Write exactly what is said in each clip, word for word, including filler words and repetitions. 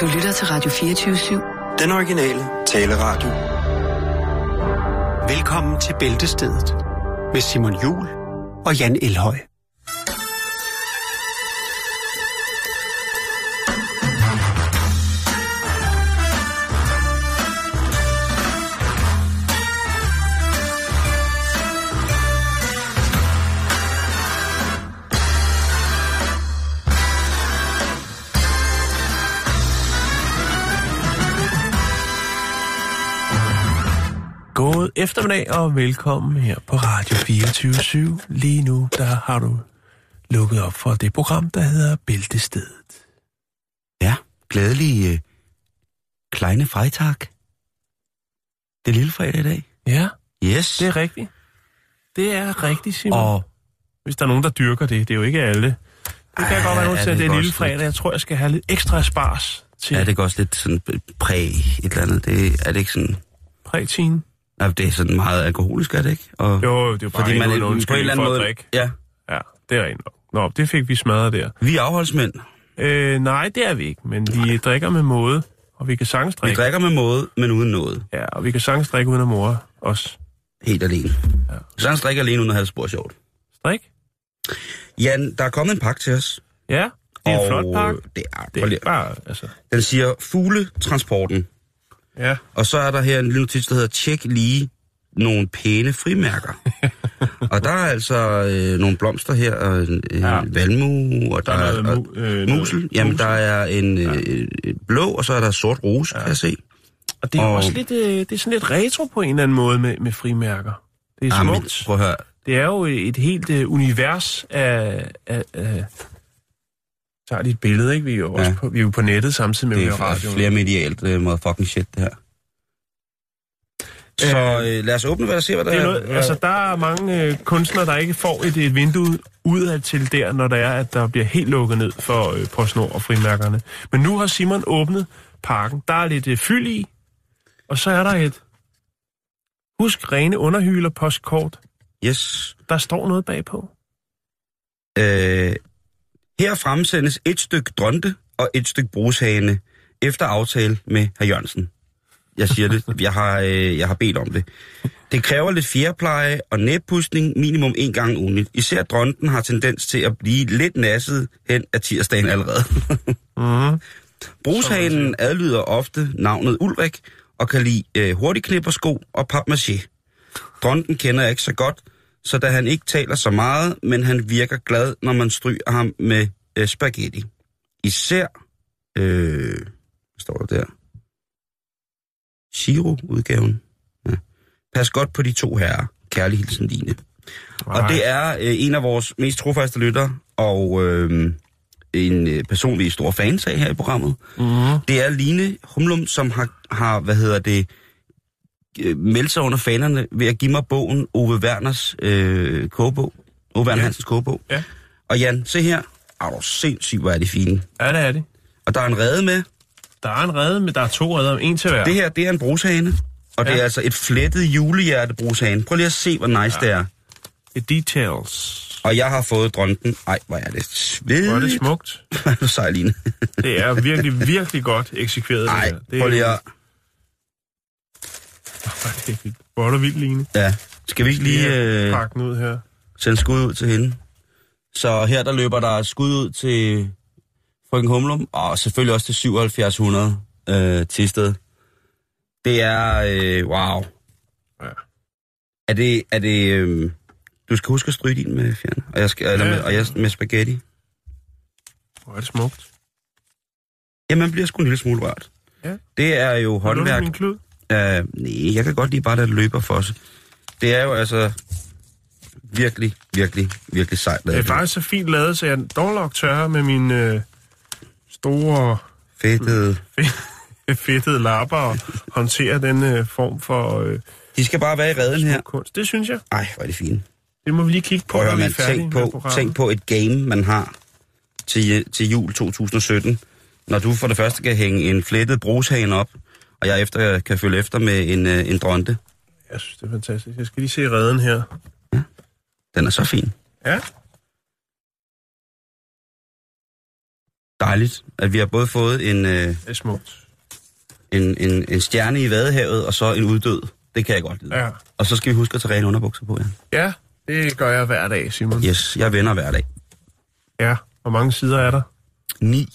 Du lytter til Radio fireogtyve syv. Den originale taleradio. Velkommen til Bæltestedet med Simon Juhl og Jan Elhøj. God eftermiddag og velkommen her på Radio fireogtyve syv. Lige nu, der har du lukket op for det program, der hedder Bæltestedet. Ja, glædelig uh, kleine Freitag. Det er lille fredag i dag. Ja, Yes. det er rigtigt. Det er rigtigt, Simon. Og hvis der er nogen, der dyrker det, det er jo ikke alle. Det kan Ej, godt være, nogen er til, at det det er godt lille fredag. Jeg tror, jeg skal have lidt ekstra spars til er det ikke også lidt sådan præg et eller andet? Det, er det ikke sådan... prætiden. Nej, det er sådan meget alkoholisk, er det ikke? Og, Jo, det er jo bare fordi man en er undskyldning for at drikke. Ja, Ja, det er rent nok. Nå, det fik vi smadret der. vi er afholdsmænd. Øh, nej, det er vi ikke, men vi Nej. drikker med måde, og vi kan sagtens Vi drikke. drikker med måde, men uden noget. Ja, og vi kan sagtens drikke uden at more os. Helt alene. Ja. Så drikker alene uden at have det spor sjovt. Strik? Jan, der er kommet en pakke til os. Ja, det er en flot pakke. Det er, Det er bare, altså... Den siger fugletransporten. Ja, Og så er der her en lille notits, der hedder tjek lige nogle pæne frimærker. Og der er altså øh, nogle blomster her, og en, en Ja. valmue, og der, Der er er noget og, mu- øh, musel. noget Jamen, musel. der er en øh, et blå, og så er der sort rose, ja. Kan jeg se. og det er Og- også lidt, øh, det er sådan lidt retro på en eller anden måde med, med frimærker. Det er Ah, men, smukt. prøv at høre. Det er jo et helt øh, univers af... af, af så har de et billede, ikke? Vi er jo, også Ja. på, vi er jo på nettet samtidig med, Det med er radioen. flere medialt uh, motherfucking shit, det her. Så øh, lad os åbne, hvad der ser, hvad der Det er er. noget, altså, der er mange øh, kunstnere, der ikke får et, et vindue udad til der, når der er, at der bliver helt lukket ned for øh, PostNord og frimærkerne. Men nu har Simon åbnet pakken. Der er lidt øh, fyld i, og så er der et husk rene underhyler postkort. Yes. Der står noget bagpå. Øh, her fremsendes et stykke dronte og et stykke brushane efter aftale med hr. Jørgensen. Jeg siger det. Jeg har, øh, jeg har bedt om det. Det kræver lidt fjerpleje og næbpudsning minimum en gang ugenligt. Især dronten har tendens til at blive lidt nasset hen af tirsdagen allerede. Mm-hmm. Brushanen adlyder ofte navnet Ulrik og kan lide øh, hurtigknippersko og papmaché. Dronten kender jeg ikke så godt, så da han ikke taler så meget, men han virker glad, når man stryger ham med øh, spaghetti. Især, øh, hvad står der der? Shiro-udgaven. Ja. Pas godt på de to herrer. Kærlig hilsen, Line. Og det er øh, en af vores mest trofaste lyttere, og øh, en øh, person, vi er stor fans af her i programmet. Mm-hmm. Det er Line Humlum, som har, har hvad hedder det, øh, meldt sig under fanerne ved at give mig bogen Ove Werners øh, kogebog. Ove Werner Ja. Hansens kogebog. Ja. Og Jan, se her. Ej, hvor sindssygt, hvor er de fine. Ja, det er det. Og der er en rede med. Der er en rede, men der er to redder, en til hver. Det her, det er en brushane. Og ja. Det er altså et flettet julehjerte brushane. Prøv lige at se, hvor nice ja. Det er. The details. Og jeg har fået dronten. Ej, hvor er det svedigt. Hvor er det smukt. Hvor er du sej, Line. Det er virkelig, virkelig godt eksekveret. Ej, det her. Det prøv lige at... Hvor er du vildt, Line. Ja, skal vi ikke lige øh, pakke den ud her? sende skud ud til hende? Så her der løber der skud ud til frøken Humlum, og selvfølgelig også til syvoghalvfjerds hundrede øh, Tisted. Det er, øh, wow. Ja. Er det, er det, øh, du skal huske at stryge din med fjern, og jeg skal, ja. eller med, og jeg med spaghetti. Hvor er det smukt. Ja, man bliver sgu en lille smule rørt. Ja. Det er jo håndværk. Min klud? Uh, nej, jeg kan godt lide bare, at det løber for os. Det er jo altså virkelig, virkelig, virkelig sejt. Det er faktisk så fint lavet, så jeg dog nok tørre med mine øh, store... Fedtede. fedtede lapper og håndtere den øh, form for... Øh, De skal bare være i redden her. Kunst. Det synes jeg. Ej, hvor er det fint. Det må vi lige kigge på, Prøv, når vi er man, færdige tænk med på, programmet. tænk på et game, man har til, til jul to tusind og sytten. Når du for det første kan hænge en flettet brushane op, og jeg efter kan følge efter med en, øh, en dronte. Jeg synes, det er fantastisk. Jeg skal lige se redden her. Ja, den er så fin. Ja. Dejligt, at vi har både fået en, øh, Det er smukt. en, en, en stjerne i vadehavet, og så en uddød. Det kan jeg godt lide. Ja. Og så skal vi huske at tage rene underbukser på, ja. Ja, det gør jeg hver dag, Simon. Yes, jeg vender hver dag. Ja, hvor mange sider er der? Ni.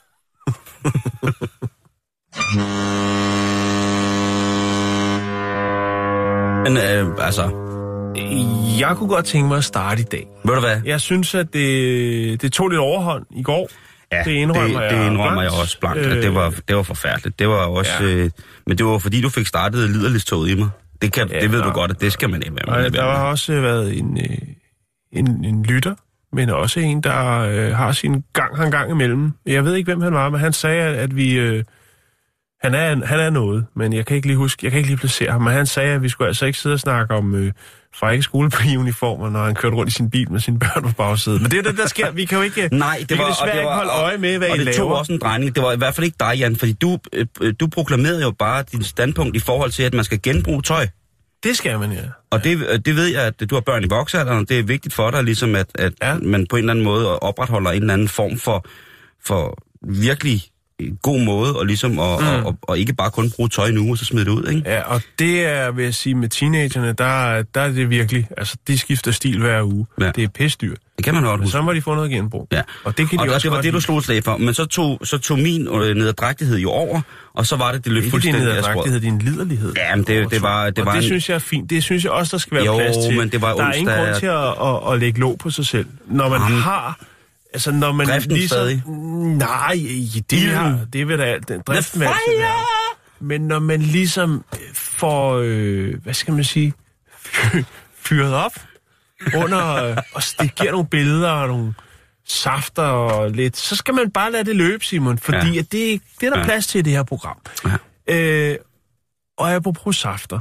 Men øh, altså... Jeg kunne godt tænke mig at starte i dag. Ved du hvad? Jeg synes, at det, det tog lidt overhånd i går. Ja, det indrømmer, det, jeg, det indrømmer blankt. jeg også blankt. Øh, det, var, det var forfærdeligt. Det var også... Ja. Øh, men det var fordi, du fik startet liderligstoget i mig. Det, kan, ja, det ved og, du godt, at det skal man ikke være med. med. Der har også været en, en, en lytter, men også en, der øh, har sin gang han gang imellem. Jeg ved ikke, hvem han var, men han sagde, at, at vi... Øh, han, er, han er noget, men jeg kan ikke lige huske, jeg kan ikke lige placere ham, men han sagde, at vi skulle altså ikke sidde og snakke om... Øh, frække skoleuniformer, når han kørte rundt i sin bil med sine børn på bagsædet. Men det er det, der sker. Vi kan jo ikke, Nej, det vi var, kan desværre og det var, ikke holde øje med, hvad og I det laver. tog også en drejning. Det var i hvert fald ikke dig, Jan, fordi du, øh, du proklamerede jo bare din standpunkt i forhold til, at man skal genbruge tøj. Det skal man, ja. Og det, det ved jeg, at du har børn i voksealderen, og det er vigtigt for dig, ligesom at, at ja. man på en eller anden måde opretholder en eller anden form for, for virkelig god måde, og ligesom at, mm. og, og, og ikke bare kun bruge tøj nu, og så smide det ud, ikke? Ja, og det er, vil jeg sige, med teenagerne, der, der er det virkelig, altså, de skifter stil hver uge. Ja. Det er pæsdyr. Det kan man godt huske. Så må de få noget genbrug. Ja. Og det kan de og også det var godt det, du slog slag for. Men så tog, så tog min øh, nederdrægtighed jo over, og så var det, det løb ikke fuldstændig din nederdrægtighed, din liderlighed. Ja, men det, det var... Det, og var det en... synes jeg er fint. Det synes jeg også, der skal være jo, plads til. Men det var der er onsdag, ingen grund til at, at, at lægge låg på sig selv. Når man Jamen. har... Altså, når man driften ligesom... stadig? Nej, det, har, det vil da... Den, driften vil altid være. Men når man ligesom får, øh, hvad skal man sige, fyret op under, øh, og det giver nogle billeder og nogle safter og lidt, så skal man bare lade det løbe, Simon, fordi ja. at det, det er der ja. plads til i det her program. Ja. Øh, og apropos safter,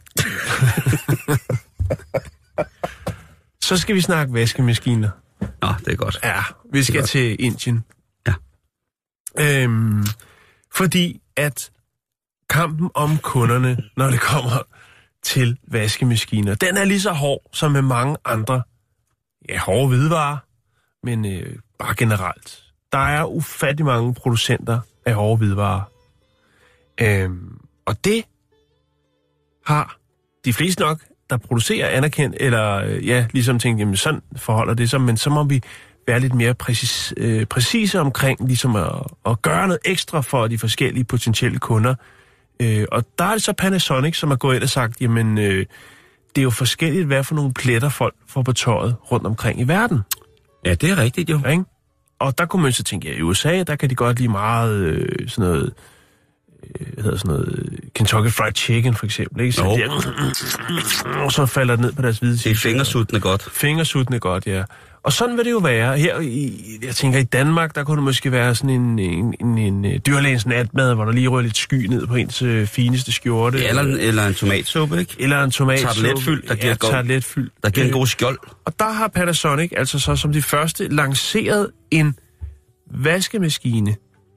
så skal vi snakke vaskemaskiner. Nå, det er godt. Ja, vi skal til Indien. Ja. Øhm, fordi at kampen om kunderne, når det kommer til vaskemaskiner, den er lige så hård som med mange andre, ja, hårde hvidevarer, men øh, bare generelt. Der er ufattelig mange producenter af hårde hvidevarer. Øhm, og det har de fleste nok, der producerer, anerkendt, eller øh, ja, ligesom tænkt, jamen sådan forholder det sig, men så må vi være lidt mere præcis, øh, præcise omkring, ligesom at, at gøre noget ekstra for de forskellige potentielle kunder. Øh, og der er det så Panasonic, som har gået ind og sagt, jamen øh, det er jo forskelligt, hvad for nogle pletter folk får på tøjet rundt omkring i verden. Ja, det er rigtigt jo. Ikke? Og der kunne man så tænke, ja, i U S A, der kan de godt lide meget øh, sådan noget, øh, hvad hedder sådan noget, Kentucky Fried Chicken for eksempel, ikke? Så jo. Der, og så falder det ned på deres hvide. Det er fingersuttende godt. Fingersuttende godt, ja. Og sådan vil det jo være. Her i, jeg tænker, i Danmark, der kunne det måske være sådan en, en, en, en dyrlægens natmad, hvor der lige rører lidt sky ned på ens øh, fineste skjorte. Ja, eller, eller en tomatsuppe, ikke? Eller en tomatsuppe. Tartletfyld, der giver, ja, god, tartletfyld. der giver en god skjold. Og der har Panasonic altså så som de første lanceret en vaskemaskine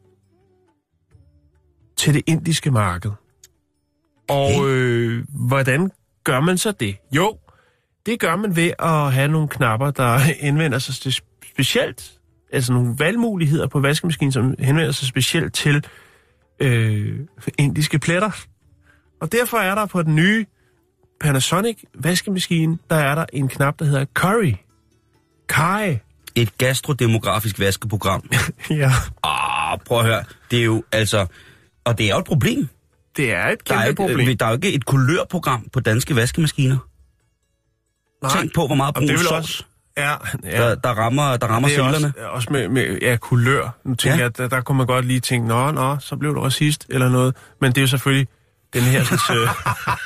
til det indiske marked. Og øh, hvordan gør man så det? Jo, det gør man ved at have nogle knapper, der henvender sig til specielt, altså nogle valgmuligheder på vaskemaskinen, som henvender sig specielt til øh, indiske pletter. Og derfor er der på den nye Panasonic vaskemaskine, der er der en knap, der hedder Curry. Curry. Et gastrodemografisk vaskeprogram. Ja. Ah, prøv at høre. Det er jo altså... Og det er jo et problem. Det er et der er kæmpe ikke, problem. Der er jo ikke et kulørprogram på danske vaskemaskiner. Nej. Tænk på, hvor meget brun sovs, ja, ja. der, der rammer, der rammer cellerne. Også, også med, med ja, kulør. Nu tænker ja. jeg, der, der kunne man godt lige tænke, nå, nå, så blev du racist eller noget. Men det er jo selvfølgelig den her... Sådan, øh...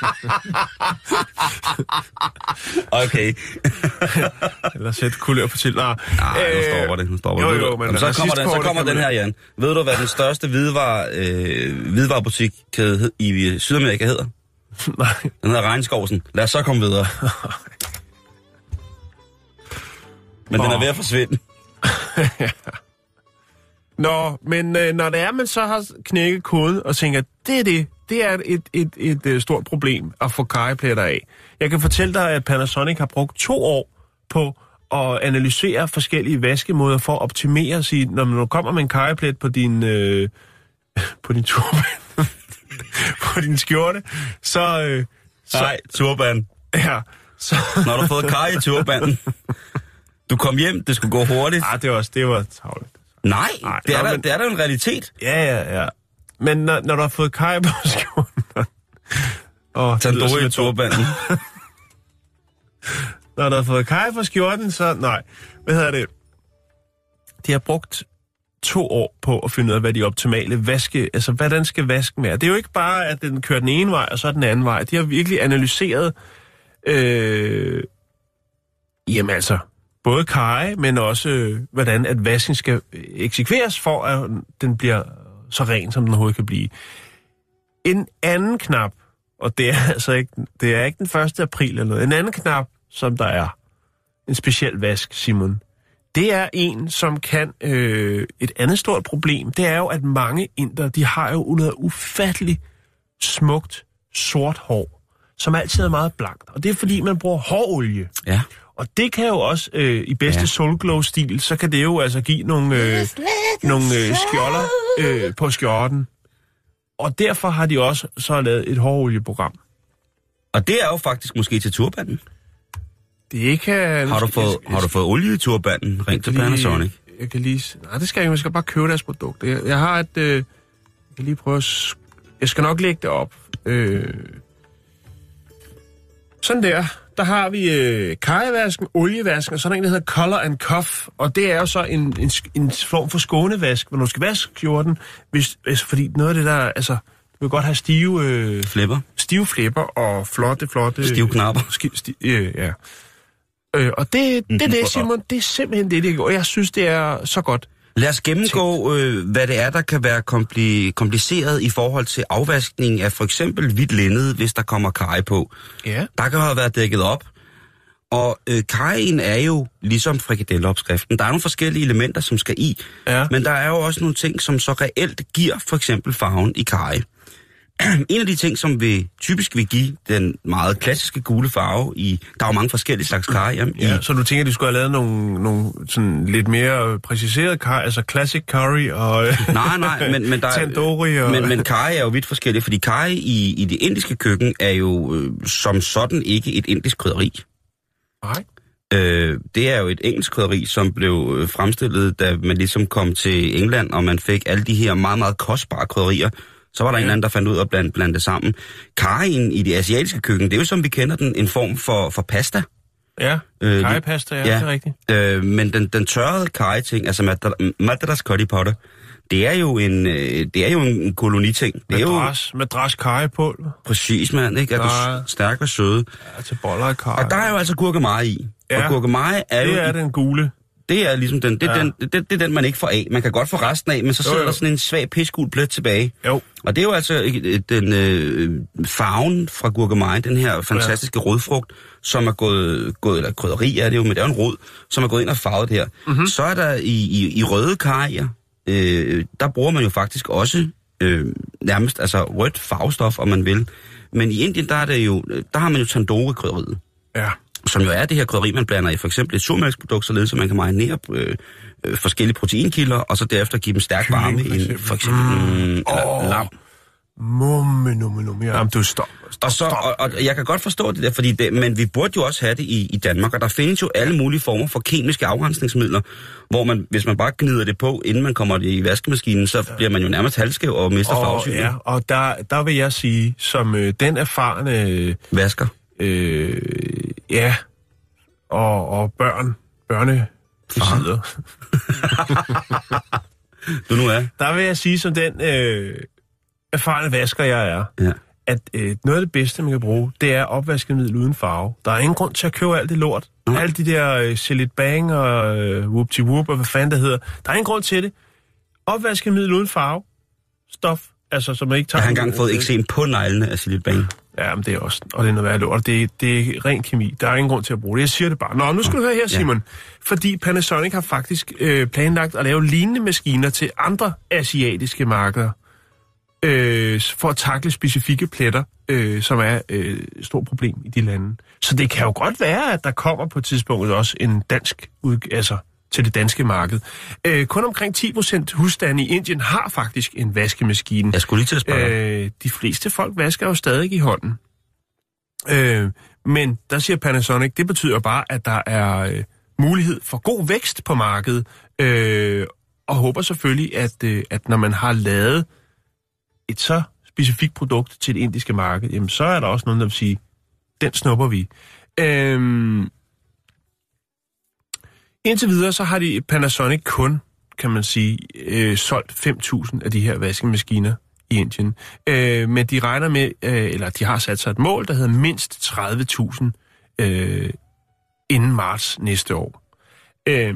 okay. eller sætte kulør på til. Nej, Nej nu stopper det. Nu stopper jo, det. Jo, men Jamen, så kommer, den, så kommer den her, Jan. Ved du, hvad den største hvidevare, øh, hvidevarebutik i Sydamerika hedder? Nej. Den hedder Regnskovsen. Lad os så komme videre. Men oh. den er ved at forsvinde. Nå, men øh, når det er, man så har knækket koden og tænker, det er det, det er et, et, et, et, et stort problem at få karrepletter af. Jeg kan fortælle dig, at Panasonic har brugt to år på og analysere forskellige vaskemåder for at optimere sig. Når du kommer med en kajeplet på din, øh, på din turban, på din skjorte, så... Øh, så Nej, turban. Ja, så... Når du har fået kaj i turbanen. Du kom hjem, det skulle gå hurtigt. Nej, det var, det var tavligt. Nej, Nej det, er nå, der, men... det er der jo en realitet. Ja, ja, ja. Men når, når du har fået kaj på skjorten... og Tandoori i turbanen. Når du har fået kaj på skjorten, så... Nej, hvad hedder det? De har brugt to år på at finde ud af, hvad de optimale vaske... Altså, hvad den skal vaske med. Det er jo ikke bare, at den kører den ene vej, og så den anden vej. De har virkelig analyseret... Øh, jamen altså... Både kaj, men også, øh, hvordan at vasken skal eksekveres, for at den bliver så ren, som den overhovedet kan blive. En anden knap, og det er altså ikke, det er ikke den første april eller noget, en anden knap, som der er en speciel vask, Simon, det er en, som kan øh, et andet stort problem. Det er jo, at mange inder, de har jo noget ufatteligt smukt sort hår, som altid er meget blankt. Og det er, fordi man bruger hårolie. Ja. Og det kan jo også, øh, i bedste ja. Soulglow-stil, så kan det jo altså give nogle, øh, nogle øh, skjolder øh, på skjorten. Og derfor har de også så lavet et hårolieprogram. Og det er jo faktisk måske til turbanen. Det kan... Har du fået, jeg, har du fået olie i turbanen? Ring til Panasonic. Jeg kan lige... Nej, det skal jeg ikke. Jeg skal bare købe deres produkt. Jeg, jeg har et... Øh, jeg kan lige prøve at... Jeg skal nok lægge det op. Øh, sådan der. Der har vi øh, kajevasken, olievasken, og sådan en, der hedder Color and Cuff. Og det er jo så en, en, en form for skånevask, hvor du skal vaske skjorten, hvis, altså, fordi noget af det der, altså, du vil godt have stive... Øh, flipper. Stive flipper og flotte, flotte... Stive knapper. Sti, sti, øh, ja. Øh, og det, det er det, Simon, det er simpelthen det, det går. Jeg synes, det er så godt. Lad os gennemgå, øh, hvad det er, der kan være kompli- kompliceret i forhold til afvaskning af for eksempel hvidt linned, hvis der kommer kaj på. Ja. Der kan have været dækket op. Og øh, kajen er jo ligesom frikadelleopskriften. Der er nogle forskellige elementer, som skal i. Ja. Men der er jo også nogle ting, som så reelt giver for eksempel farven i kaj. En af de ting, som vi typisk vil give den meget klassiske gule farve i... Der er jo mange forskellige slags kaj. Jamen, ja, i, så du tænker, at de skulle have lavet nogle, nogle sådan lidt mere præciseret kaj, altså classic curry og... Nej, nej, men, men der tandoori og... Men, men kaj er jo vidt forskellige, fordi kaj i, i det indiske køkken er jo øh, som sådan ikke et indisk krydderi. Nej. Øh, det er jo et engelsk krydderi, som blev øh, fremstillet, da man ligesom kom til England, og man fik alle de her meget, meget kostbare krydderier. Så var der ja. en eller anden, der fandt ud af at blande, blande det sammen. Karien i det asiatiske køkken, det er jo som vi kender den, en form for, for pasta. Ja, øh, kajepasta, ja, ja, det er rigtigt. Øh, men den, den tørrede kaj-ting, altså madras curry powder, det er jo en, øh, det er jo en koloniting. Det madras, jo... madras kajepulver. Præcis, mand, ikke? Er du stærk og søde. Ja, til boller og kaj. Og der er jo altså gurkemeje i. Ja, og gurkemeje er det jo... er i... den gule. Det er ligesom den, det, ja. den, det, det er den, man ikke får af. Man kan godt få resten af, men så sidder jo, jo. der sådan en svag pissegul plet tilbage. Jo. Og det er jo altså den øh, farven fra gurkemeje, den her fantastiske ja. rødfrugt, som er gået, gået, eller krydderi er det jo, men det er en rød, som er gået ind og farvet her. Mm-hmm. Så er der i, i, i røde kajer, øh, der bruger man jo faktisk også øh, nærmest altså rødt farvestof, om man vil. Men i Indien, der er det jo, der har man jo tandoori-krydderiet. Ja. Som jo er det her krydderi, man blander i for eksempel et surmælksprodukt, således at man kan marinere øh, øh, forskellige proteinkilder, og så derefter give dem stærk varme i for eksempel mm, eller oh. lam. Mumme, numme, numme. Jamen, du stop. stop og, så, og, og jeg kan godt forstå det der, fordi det, men vi burde jo også have det i, i Danmark, og der findes jo alle mulige former for kemiske afrensningsmidler, hvor man, hvis man bare gnider det på, inden man kommer det i vaskemaskinen, så ja. bliver man jo nærmest halvskæv og mister farvesynet. Ja, og der, der vil jeg sige, som øh, den erfarne... Øh, Vasker. Øh, ja, og, og børn, børnebesider. Du nu er. Der vil jeg sige, som den øh, erfarne vasker, jeg er, ja. at øh, noget af det bedste, man kan bruge, det er opvaskemiddel uden farve. Der er ingen grund til at købe alt det lort. Mm. Alle de der øh, Celit Bang og øh, Whoop-de-Whoop og hvad fanden det hedder. Der er ingen grund til det. Opvaskemiddel uden farve. Stof. Altså, som man ikke tager... Jeg har engang fået eksem på neglene af Celit Bang. Ja, men det er også... Og det er noget værd lort. Det, det er ren kemi. Der er ingen grund til at bruge det. Jeg siger det bare. Nå, nu skal du høre her, Simon. Ja. Fordi Panasonic har faktisk øh, planlagt at lave lignende maskiner til andre asiatiske markeder. øh, for at takle specifikke pletter, øh, som er øh, et stort problem i de lande. Så det kan jo godt være, at der kommer på et tidspunkt også en dansk ud, altså til det danske marked. Øh, kun omkring ti procent husstande i Indien har faktisk en vaskemaskine. Jeg skulle lige til at spørge. Øh, de fleste folk vasker jo stadig i hånden. Øh, men der siger Panasonic, det betyder bare, at der er øh, mulighed for god vækst på markedet, øh, og håber selvfølgelig, at, øh, at når man har lavet et så specifikt produkt til det indiske marked, jamen så er der også nogen, der vil sige, den snupper vi. Øh, indtil videre, så har de Panasonic kun, kan man sige, øh, solgt fem tusind af de her vaskemaskiner i Indien. Øh, men de regner med, øh, eller de har sat sig et mål, der hedder mindst tredive tusind øh, inden marts næste år. Øh,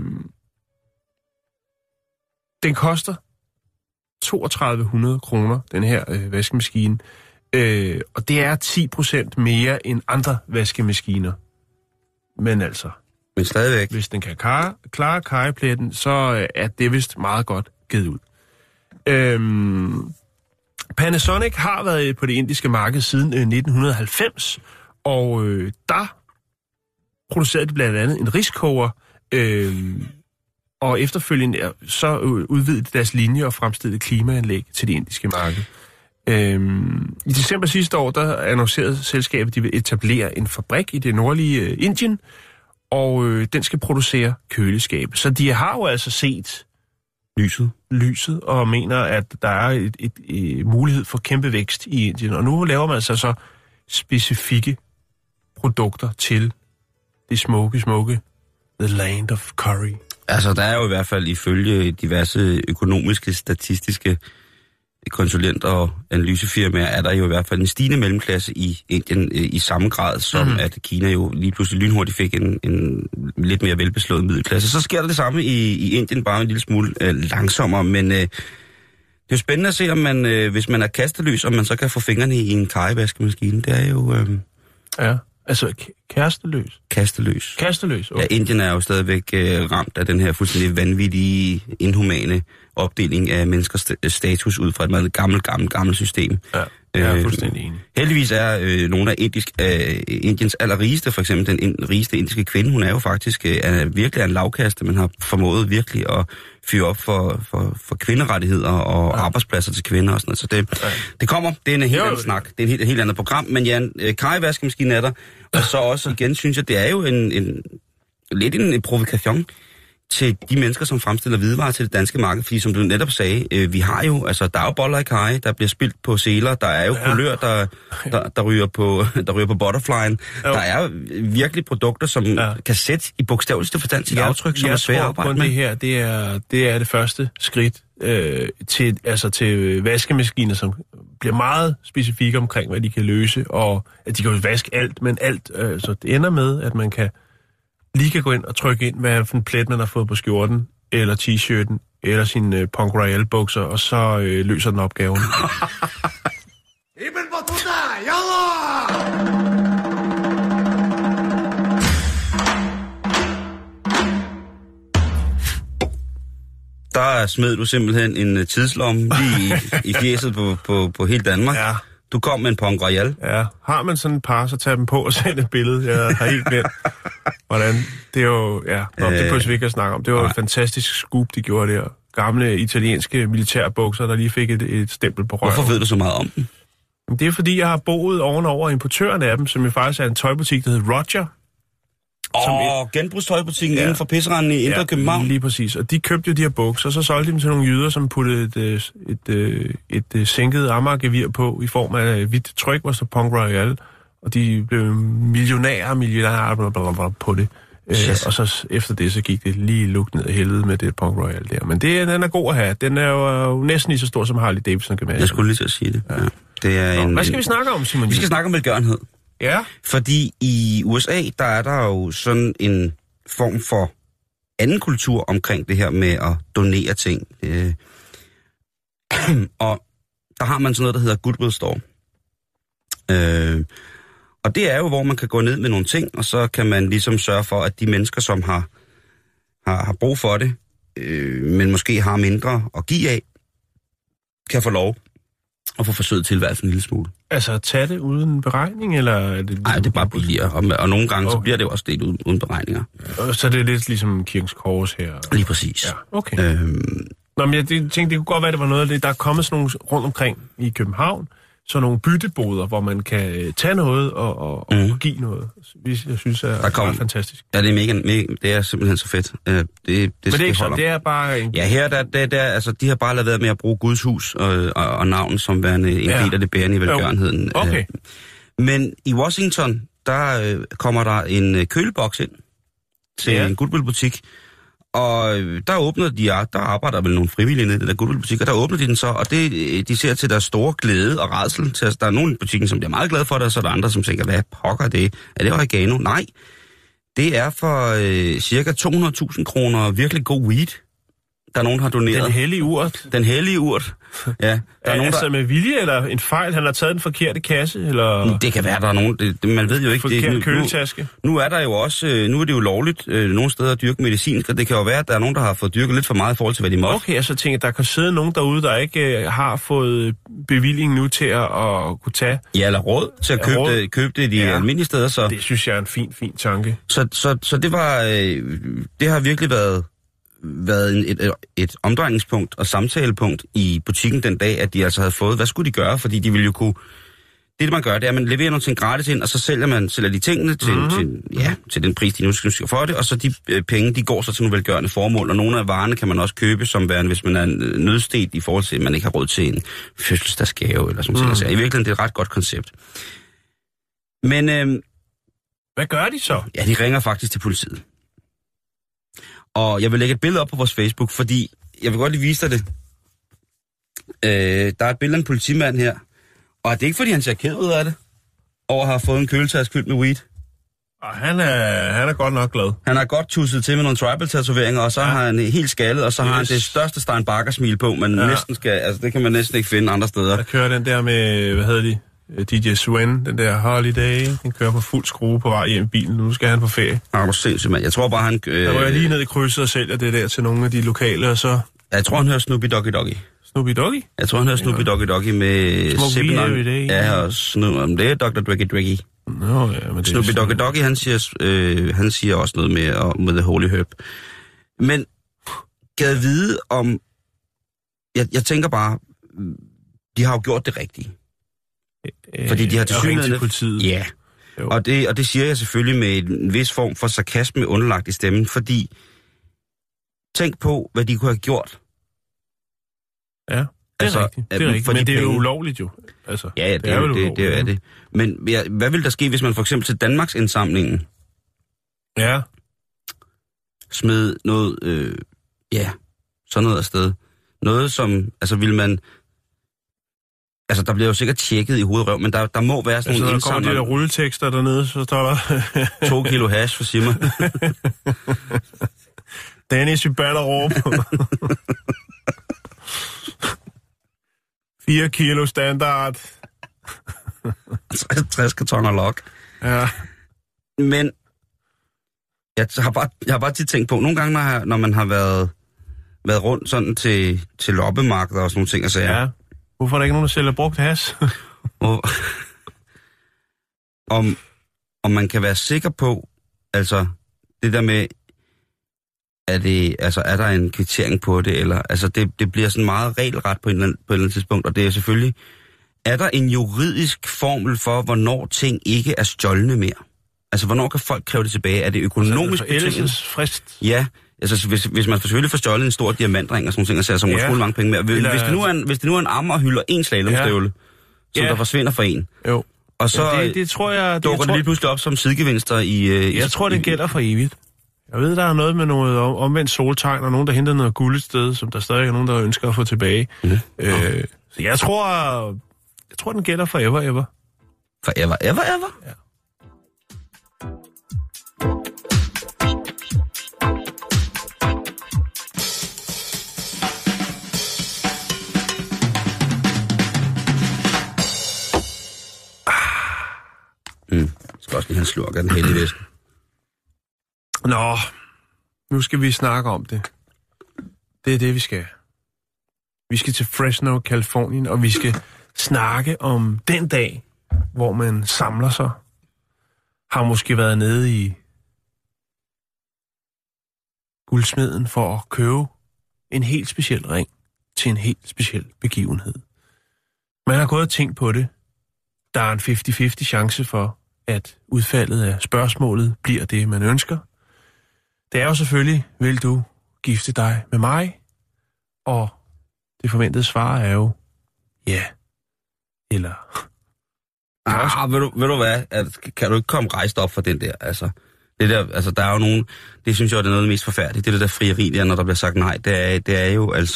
den koster toogtredive hundrede kroner, den her øh, vaskemaskine, øh, og det er ti procent mere end andre vaskemaskiner. Men altså, Men stadigvæk. hvis den kan klare, klare kajepletten, så øh, er det vist meget godt givet ud. Øh, Panasonic har været på det indiske marked siden øh, nitten halvfems, og øh, der producerede de blandt andet en riskoger, øh, og efterfølgende så udvidede de deres linje og fremstillede klimaanlæg til det indiske marked. Øh, I december sidste år, der annoncerede selskabet, at de vil etablere en fabrik i det nordlige øh, Indien, og øh, den skal producere køleskabe. Så de har jo altså set Lyset. lyset, og mener, at der er et, et, et, et mulighed for kæmpe vækst i Indien. Og nu laver man altså så specifikke produkter til det smukke, smukke The Land of Curry. Altså, der er jo i hvert fald ifølge diverse økonomiske, statistiske konsulenter og analysefirmaer, er der jo i hvert fald en stigende mellemklasse i Indien øh, i samme grad, som mm. at Kina jo lige pludselig lynhurtigt fik en, en lidt mere velbeslået middelklasse. Så sker der det samme i, i Indien, bare en lille smule øh, langsommere, men øh, det er jo spændende at se, om man, øh, hvis man er kasteløs, om man så kan få fingrene i en kajvaskemaskine. Det er jo... Øh, ja, altså k- kæresteløs. Kasteløs. Kasteløs, okay. Ja, Indien er jo stadigvæk øh, ramt af den her fuldstændig vanvittige, inhumane opdeling af menneskers status ud fra et meget gammelt, gammelt, gammelt system. Ja, jeg er fuldstændig enig. Heldigvis er øh, nogle af indisk, øh, Indiens allerrigeste, for eksempel den ind, rigeste indiske kvinde, hun er jo faktisk øh, er virkelig en lavkaste, man har formået virkelig at fyre op for, for, for kvinderettigheder og ja. arbejdspladser til kvinder og sådan noget. Så det, ja. det kommer, det er en helt jo, anden snak, det er en helt, helt andet program, men ja, øh, kajvaskemaskinen er der, og så også igen synes jeg, det er jo en, en lidt en, en provokation til de mennesker, som fremstiller hvidevarer til det danske marked, fordi som du netop sagde, øh, vi har jo, altså der er jo boller i kaj, der bliver spildt på seler, der er jo ja. kulør, der, der, der, ryger på, der ryger på butterflyen. Jo. Der er virkelig produkter, som ja. kan sætte i bogstaveligste forstand sit ja, aftryk, som er svært at arbejde med. Det her, det er, det er det første skridt øh, til, altså til vaskemaskiner, som bliver meget specifikke omkring, hvad de kan løse, og at de kan jo vaske alt, men alt, øh, så det ender med, at man kan lige kan gå ind og trykke ind, hvad for en plet man har fået på skjorten, eller t-shirten, eller sine øh, Punk Royale bukser, og så øh, løser den opgaven. Der smed du simpelthen en tidslomme lige i, i fjeset på, på, på hele Danmark. Ja. Du kom med en Punk Royale. Ja, har man sådan et par, så tag dem på og send et billede. Jeg har helt glemt, hvordan. Det er jo, ja, Nå, øh, det behøver vi ikke at snakke om. Det var nej. et fantastisk scoop, de gjorde der. Gamle italienske militærbukser, der lige fik et, et stempel på røven. Hvorfor ved du så meget om dem? Det er fordi, jeg har boet ovenover importøren af dem, som jo faktisk er en tøjbutik, der hedder Roger. Åh, oh, genbrugstøjbutikken ja. inden for pisseranden i Indre ja, København. Lige præcis. Og de købte jo de her bukser, og så solgte de dem til nogle jyder, som puttede et, et, et, et, et sænket Amager-gevir på i form af hvidt tryk, hvor så Punk Royale. Og de blev millionærer, millionærer på det. Yes. Og så efter det, så gik det lige lugt ned af helvede med det Punk Royale der. Men det, den er god at have. Den er jo næsten lige så stor som Harley Davidson kan være. Jeg skulle lige til at sige det. Ja. Det er Nå, en, hvad skal vi snakke om, Simon? Vi skal snakke om velgørenhed. Ja. Fordi i U S A, der er der jo sådan en form for anden kultur omkring det her med at donere ting. Øh. Og der har man sådan noget, der hedder Goodwill Store. Øh. Og det er jo, hvor man kan gå ned med nogle ting, og så kan man ligesom sørge for, at de mennesker, som har, har, har brug for det, øh, men måske har mindre at give af, kan få lov Og få forsøget tilværelsen en lille smule. Altså tage det uden beregning, eller er det... Nej, det er bare billigere, og, og nogle gange okay. så bliver det jo også delt uden, uden beregninger. Så det er lidt ligesom Kirkens Kors her? Lige præcis. Ja, okay. Øhm, Nå, men jeg tænkte, det kunne godt være, det var noget af det. Der er kommet sådan nogle rundt omkring i København, så nogle bytteboder, hvor man kan tage noget og, og, mm. og give noget. Jeg synes, er, kom, er fantastisk. Ja, det er mega, mega, det er simpelthen så fedt. Uh, det, det, Men det er ikke sådan, det er bare... En... Ja, her der, der, der, altså, de har bare lavet være med at bruge Guds hus og, og, og navn som værende en ja. del af det bærende i velgørenheden. Okay. Uh, men i Washington, der uh, kommer der en uh, køleboks ind til ja. en Goodwill-butik. Og der åbner de, der arbejder vel nogle frivillige nede i den der Goodwill-butik, og der åbner de den så, og det, de ser til deres store glæde og rædsel. Til, altså, der er nogle i butikken, som bliver meget glade for det, og så er der andre, som tænker, hvad pokker det? Er det oregano? Nej, det er for øh, cirka to hundrede tusind kroner virkelig god weed. Der er nogen, der har doneret. Den hellige urt. Den hellige urt, ja. Der er er nogen, altså der... med vilje, eller en fejl? Han har taget den forkerte kasse, eller... Det kan være, der er nogen... Det, det, man ved jo ikke... Forkert det, nu, køletaske. Nu er der jo også... Nu er det jo lovligt øh, nogle steder at dyrke medicinsk, og det kan jo være, at der er nogen, der har fået dyrket lidt for meget i forhold til, hvad de måtte. Okay, altså tænker, der kan sidde nogen derude, der ikke øh, har fået bevilling nu til at, at kunne tage... Ja, eller råd til at ja, købe, råd. det, købe det i de ja. almindelige steder. Så... Det synes jeg er en fin, fin tanke. Så, så, så det var... Øh, det har virkelig været... været et, et, et omdrejningspunkt og samtalepunkt i butikken den dag, at de altså havde fået, hvad skulle de gøre? Fordi de ville jo kunne... Det, man gør, det er, at man leverer nogle ting gratis ind, og så sælger man sælger de tingene til, mm-hmm. til, ja, til den pris, de nu skal for det, og så de øh, penge, de går så til nogle velgørende formål, og nogle af varerne kan man også købe som værende, hvis man er nødstet i forhold til, at man ikke har råd til en fødselsdagsgave, eller sådan noget. Mm. I virkeligheden, det er et ret godt koncept. Men... Øh, hvad gør de så? Ja, de ringer faktisk til politiet. Og jeg vil lægge et billede op på vores Facebook, fordi jeg vil godt lige vise dig det. Øh, der er et billede af en politimand her, og det er ikke, fordi han ser ked ud af det, over at have fået en køletaske fyldt med weed. Og han er, han er godt nok glad. Han har godt tusset til med nogle tribal-tatoveringer, og så ja. har han helt skaldet, og så yes. har han det største Stein Bakker-smil på, men ja. næsten skal, altså det kan man næsten ikke finde andre steder. Der kører den der med, hvad hedder de? D J Sven, den der Holiday, den kører på fuld skrue på vej hjem i bilen. Nu skal han på ferie. Ja, du sindssygt, mand. Jeg tror bare, han... Øh... Der var jeg lige ned i krydset og sælger det der til nogle af de lokale, og så... Jeg tror, han hører Snoopy Doggy Doggy. Snoopy Doggy? Jeg tror, han hører Snoopy Doggy Doggy med... Smoke weed every day. Ja, og Snoopy... Det er doktor Draggy Draggy. Nå, ja, men det Snoopy Doggy Doggy, han siger, øh, han siger også noget med, og, med The Holy Herb. Men gad vide om... Jeg, jeg tænker bare, de har jo gjort det rigtige. Fordi de har til synligheden... politiet. Ja, og det, og det siger jeg selvfølgelig med en vis form for sarkasme underlagt i stemmen, fordi tænk på, hvad de kunne have gjort. Ja, det er altså, rigtigt. Det er rigtigt. Men det er jo penge... ulovligt jo. Altså, ja, ja, det, det er jo det, det, det, er det. Men ja, hvad vil der ske, hvis man for eksempel til Danmarks indsamlingen ja. smed noget, øh, ja, sådan noget afsted. Noget som, altså vil man... Altså, der bliver jo sikkert tjekket i hovedrøv, men der, der må være sådan altså, nogle indsamler... Altså, der kommer de der rulletekster dernede, så står der... to kilo hash for Simmer. Dennis i Ballerup. fire kilo standard. tres kartoner lok. Ja. Men, jeg har bare, jeg har bare tit tænkt på, nogle gange, når, når man har været, været rundt sådan til, til loppemarkeder og sådan nogle ting, og sager, ja. Hvorfor er der ikke nogen, der sælger brugt hash? om, om man kan være sikker på, altså det der med, er, det, altså, er der en kvittering på det, eller altså det, det bliver sådan meget regelret på, en eller anden, på et eller andet tidspunkt, og det er selvfølgelig, er der en juridisk formel for, hvornår ting ikke er stjålne mere? Altså, hvornår kan folk kræve det tilbage? Er det økonomisk betinget? Frist? Ja, altså hvis, hvis man selvfølgelig får stjålet en stor diamantring og sådan nogle ting, så er der utrolig mange penge mere. Hvis, eller... hvis, det nu er en, hvis det nu er en ammer hylder en slalomstøvle, ja. som ja. der forsvinder for en, jo. og så ja, det, det tror jeg, det, dukker jeg tror... det lige pludselig op som sidegevinster i... Uh, jeg i, tror, det gælder for evigt. Jeg ved, der er noget med noget omvendt soltegn, og nogen, der henter noget guld et sted, som der stadig er nogen, der ønsker at få tilbage. Mm. Øh, så jeg tror, jeg tror, den gælder forever, ever. Forever, ever, ever? Ja. Mm. Jeg skal også lige have en slurk af den heldige væske. Nå, nu skal vi snakke om det. Det er det, vi skal. Vi skal til Fresno, Californien, og vi skal snakke om den dag, hvor man samler sig. Har måske været nede i guldsmeden for at købe en helt speciel ring til en helt speciel begivenhed. Man har gået og tænkt på det. Der er en halvtreds halvtreds chance for, at udfaldet af spørgsmålet bliver det, man ønsker. Det er jo selvfølgelig, vil du gifte dig med mig? Og det forventede svar er jo, ja. Eller... Ah, ved du, ved du hvad? At, kan du ikke komme rejst op for den der? Altså, det der, altså, der er jo nogen... Det synes jeg, det er noget af det mest forfærdelige. Det er det der frieri der, når der bliver sagt nej. Det er, det er jo altså...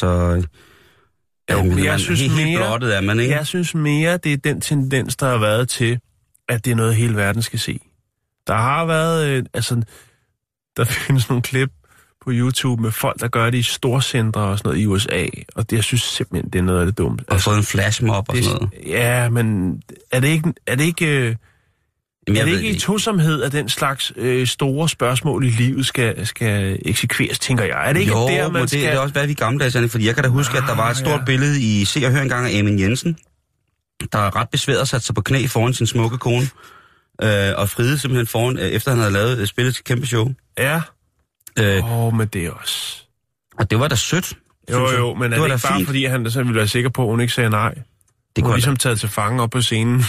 Jo, men jeg man, synes helt, mere, helt blottet er man, ikke? Jeg synes mere, det er den tendens, der har været til, at det er noget, hele verden skal se. Der har været... Øh, altså, der findes nogle klip på YouTube med folk, der gør det i storcentre og sådan noget i U S A, og det, jeg synes simpelthen, det er noget af det dumt. Og altså, fået en flashmob og det, sådan noget. Ja, men er det ikke... Er det ikke øh, Jamen, er det ikke i tosomhed, at den slags øh, store spørgsmål i livet skal, skal eksekveres, tænker jeg? Er det ikke jo, der, man det, skal... det er også været vi gamle dage, fordi jeg kan da huske, ah, at der var et stort ja. billede i Se og Hør engang af Amin Jensen, der er ret besværet og sat sig på knæ foran sin smukke kone, øh, og Fride simpelthen foran, øh, efter han havde lavet øh, spillet til kæmpe show. Ja. Åh, øh, oh, men det er også... Og det var da sødt. Jo, jo, men er det, det ikke bare fint, fordi han så ville være sikker på, at hun ikke sagde nej? Det kunne ligesom taget til fange op på scenen.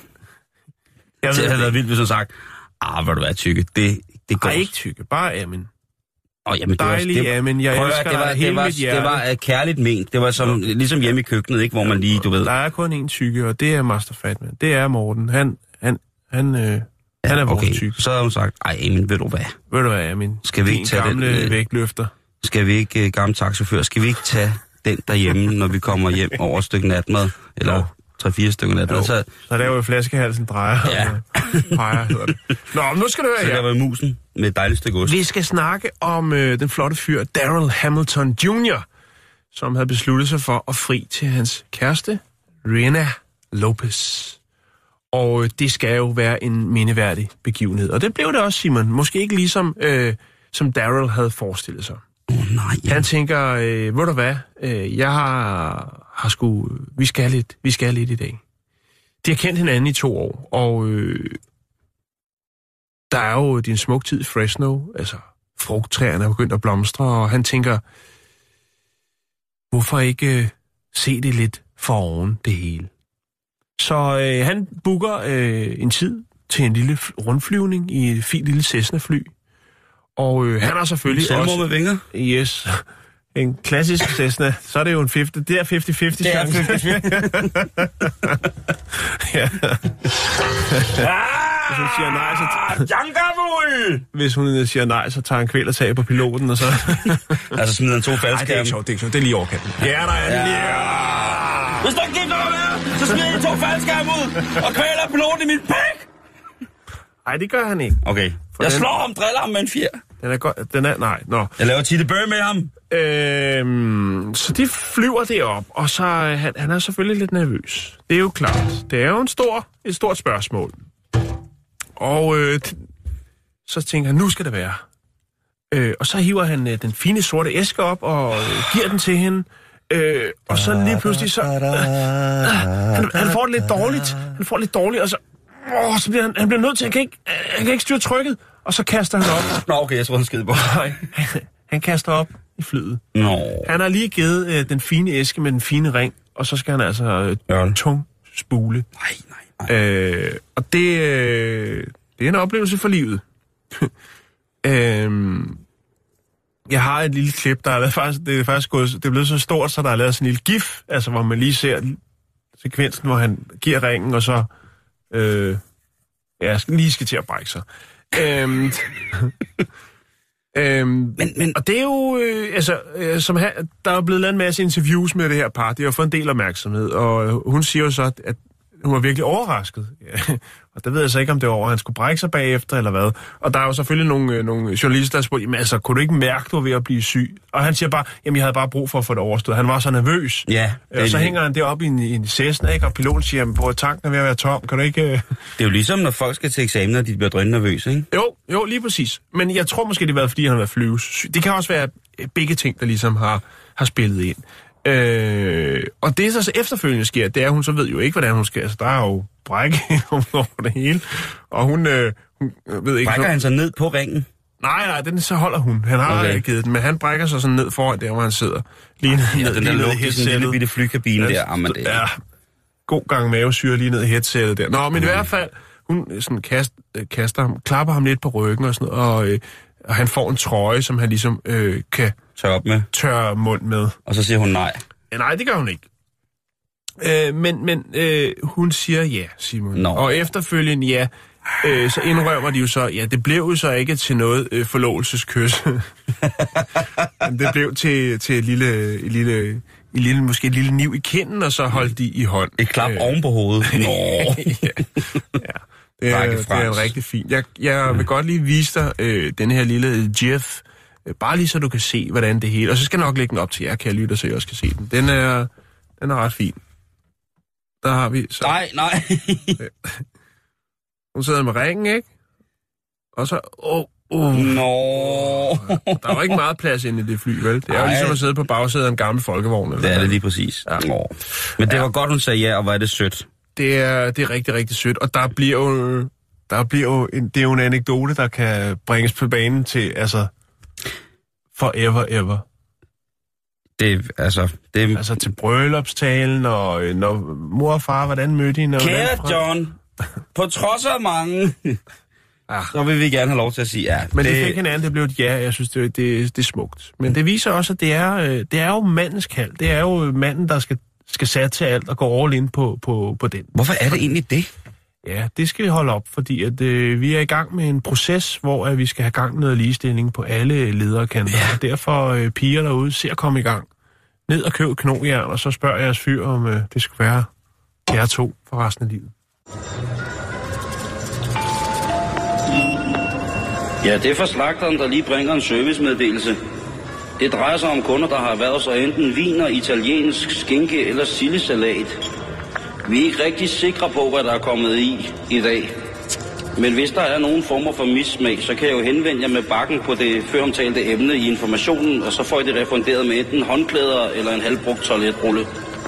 Jeg ved, det havde været vildt, hvis hun sagt, ah, hvor du er tykke, det, det går. Nej, ikke tykke, bare Amin. Oh, jamen, dejlig det var, det, Amin, jeg prøv, elsker det var, dig hele det var, mit hjerte. Det var uh, kærligt ment, det var som, ligesom hjemme i køkkenet, ikke, hvor man lige, du ved. Der er kun en tykke, og det er Master Fatman. Det er Morten, han, han, han, øh, ja, han er vores okay. tykke. Så har hun sagt, ej Amin, ved du hvad? Ved du hvad, Amin? Skal vi ikke tage gamle den, øh, vægtløfter. Skal vi ikke, uh, gamle taxachauffør, skal vi ikke tage den derhjemme, når vi kommer hjem over et stykke natmad? Eller... Jo. tre-fire stykker natmad. Så, så der er jo flaskehalsen drejer. Ja. Peger, hedder det. Nå, men nu skal du høre her. Så der var musen med et dejligt stykke ost. Vi skal snakke om øh, den flotte fyr Daryl Hamilton junior, som havde besluttet sig for at fri til hans kæreste, Rihanna Lopez. Og øh, det skal jo være en mindeværdig begivenhed. Og det blev det også, Simon. Måske ikke ligesom, øh, som Daryl havde forestillet sig. Oh, nej, ja. Han tænker, øh, ved du hvad, øh, jeg har, har sgu, vi skal lidt, vi skal lidt i dag. De har kendt hinanden i to år, og øh, der er jo din smuk tid i Fresno, altså frugttræerne er begyndt at blomstre, og han tænker, hvorfor ikke øh, se det lidt for oven, det hele. Så øh, han booker øh, en tid til en lille rundflyvning i et fint lille Cessna-fly. Og øh, han har selvfølgelig Selvmord også... med vinger? Yes. En klassisk Cessna. Så er det jo en halvtreds. Det er halvtreds halvtreds chance. Det er halvtreds ja. Hvis hun siger nej, så... Hvis hun siger nej, så tager han kvælertag på piloten, og så... altså smider han to faldskærme. Nej, det er ikke sjovt, det er ikke sjovt. Det er lige overkanten. Ja, der er det lige. Ja. Hvis der ikke giver noget mere, så smider jeg to faldskærme ud og kvæler piloten i min pæk. Nej, det gør han ikke. Okay. For jeg den... slår ham, driller ham med en fjer. Den er godt. Den er... Nej, nå. Jeg laver Titte Bøh med ham. Øhm, så de flyver derop, og så han, han er selvfølgelig lidt nervøs. Det er jo klart. Det er jo en stor, et stort spørgsmål. Og øh, så tænker han, nu skal det være. Øh, og så hiver han øh, den fine sorte æske op og øh, giver den til hende. Øh, og så lige pludselig så... Øh, øh, han, han får det lidt dårligt. Han får det lidt dårligt, og så... Åh, så bliver han, han bliver nødt til, han kan ikke, han kan ikke styre trykket, og så kaster han op. Nå, okay, jeg tror, han skide på. Nej, han, han kaster op i flyet. Nå. Han har lige givet øh, den fine æske med den fine ring, og så skal han altså øh, tung spule. Nej, nej, nej. Øh, og det, øh, det er en oplevelse for livet. øh, jeg har et lille klip, der er faktisk, det er faktisk gået, det er blevet så stort, så der er lavet sådan en lille gif, altså hvor man lige ser sekvensen, hvor han giver ringen, og så Øh, ja, jeg skal lige skal til at brække sig. øhm, øhm, men, men, og det er jo, øh, altså, øh, som her, der er blevet lavet en masse interviews med det her par, det har fået en del opmærksomhed, og hun siger jo så, at hun var virkelig overrasket. Ja. Og der ved jeg så ikke, om det var over, at han skulle brække sig bagefter, eller hvad. Og der er jo selvfølgelig nogle, øh, nogle journalister, der spurgte, jamen altså, kunne du ikke mærke, du var ved at blive syg? Og han siger bare, jamen jeg havde bare brug for at få det overstået. Han var så nervøs. Ja. Og så hænger han deroppe i en, i en Cessna, ikke? Og piloten siger, jamen på tanken er ved at være tom, kan du ikke... Øh... Det er jo ligesom, når folk skal til eksamen, og de bliver drønnervøse, ikke? Jo, jo, lige præcis. Men jeg tror måske, det har været, fordi han har været flyves. Det kan også være begge ting, der ligesom har, har spillet ind. Øh, og det, der så efterfølgende sker, det er, at hun så ved jo ikke, hvordan hun skal. Altså, der er jo brække over det hele. Og hun, øh, hun ved ikke... Brækker så... han sig ned på ringen? Nej, nej, den så holder hun. Han har okay. givet den, men han brækker sig sådan ned foran der, hvor han sidder. Lige ned, ja, ned, den der lugt i sådan en lille bitte flykabine ja, der. Jamen, det... Ja, god gang mavesyre lige ned i headsettet der. Nå, men mm. i hvert fald, hun sådan kast, kaster ham, klapper ham lidt på ryggen og sådan noget, og, øh, og han får en trøje, som han ligesom øh, kan tørre op med. Tørre mund med. Og så siger hun nej. Ja, nej, det gør hun ikke. Øh, men men øh, hun siger ja, Simon. Nå. Og efterfølgende ja, øh, så indrømmer de jo så, ja, det blev jo så ikke til noget øh, forlovelseskys. Men det blev til, til et lille, et lille, et lille, måske et lille niv i kinden, og så holdt de i hånd. Et klap øh. oven på hovedet. Nå. ja. ja. Det er, det er en rigtig fint. Jeg, jeg vil godt lige vise dig øh, den her lille gif, øh, bare lige så du kan se, hvordan det hele... Og så skal jeg nok lægge den op til jer, kan jeg lytte, så jeg også kan se den. Den er, den er ret fin. Der har vi... Så. Nej, nej. Hun sidder med ringen, ikke? Og så... Åh, oh, oh. Nå. Der er jo ikke meget plads inde i det fly, vel? Det er Ej. jo ligesom at sidde på bagsædet af en gammel folkevogn. Eller det er det lige præcis. Ja. Nå. Men det ja. var godt, hun sagde ja, og hvor er det sødt. Det er, det er rigtig, rigtig sødt, og der bliver jo, der bliver jo en, det er jo en anekdote, der kan bringes på banen til, altså, forever, ever. Det, altså, det... Altså til bryllupstalen, og når mor og far, hvordan mødte hende? Kære John, på trods af mange, ja. så vil vi gerne have lov til at sige ja. Men det, det fik hinanden, det blev et ja, jeg synes, det, det, det er smukt. Men det viser også, at det er, det er jo mandens kald. Det er jo manden, der skal skal satse alt og gå all in på, på, på den. Hvorfor er det egentlig det? Ja, det skal vi holde op, fordi at, øh, vi er i gang med en proces, hvor at vi skal have gang noget ligestilling på alle lederkanter. Ja. Og derfor øh, piger derude, se at komme i gang. Ned og køb knogjern, og så spørger jeres fyr, om øh, det skulle være jer to for resten af livet. Ja, det er for slagteren, der lige bringer en servicemeddelelse. Det drejer sig om kunder, der har erhvervet sig enten vin og italiensk skinke eller sildesalat. Vi er ikke rigtig sikre på, hvad der er kommet i i dag. Men hvis der er nogen former for missmag, så kan jeg jo henvende jer med bakken på det føromtalte emne i informationen, og så får I det refunderet med enten håndklæder eller en halvbrugt toiletrulle.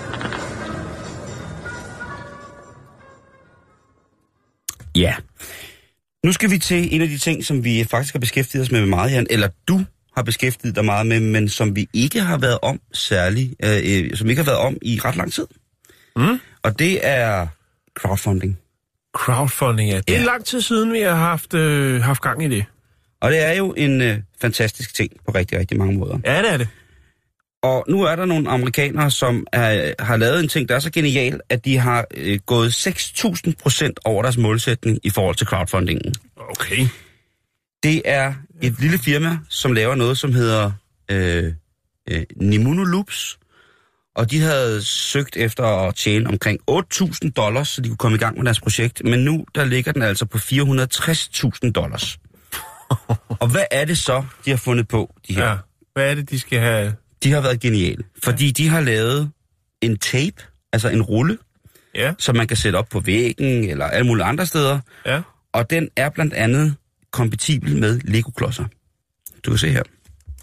Ja. Nu skal vi til en af de ting, som vi faktisk har beskæftiget os med meget, Jan, eller du har beskæftiget dig meget med, men som vi ikke har været om særlig, øh, som ikke har været om i ret lang tid. Mm. Og det er crowdfunding. Crowdfunding, ja. Det er ja. lang tid siden, vi har haft, øh, haft gang i det. Og det er jo en øh, fantastisk ting på rigtig, rigtig mange måder. Ja, det er det. Og nu er der nogle amerikanere, som er, har lavet en ting, der er så genial, at de har øh, gået seks tusind procent over deres målsætning i forhold til crowdfundingen. Okay. Det er et lille firma, som laver noget, som hedder øh, øh, Nimuno Loops. Og de havde søgt efter at tjene omkring otte tusind dollars, så de kunne komme i gang med deres projekt. Men nu, der ligger den altså på fire hundrede og tres tusind dollars. Og hvad er det så, de har fundet på, de her? Ja, hvad er det, de skal have? De har været geniale, fordi ja. de har lavet en tape, altså en rulle, ja. som man kan sætte op på væggen eller alle mulige andre steder. Ja. Og den er blandt andet kompatibel med Lego-klodser. Du kan se her.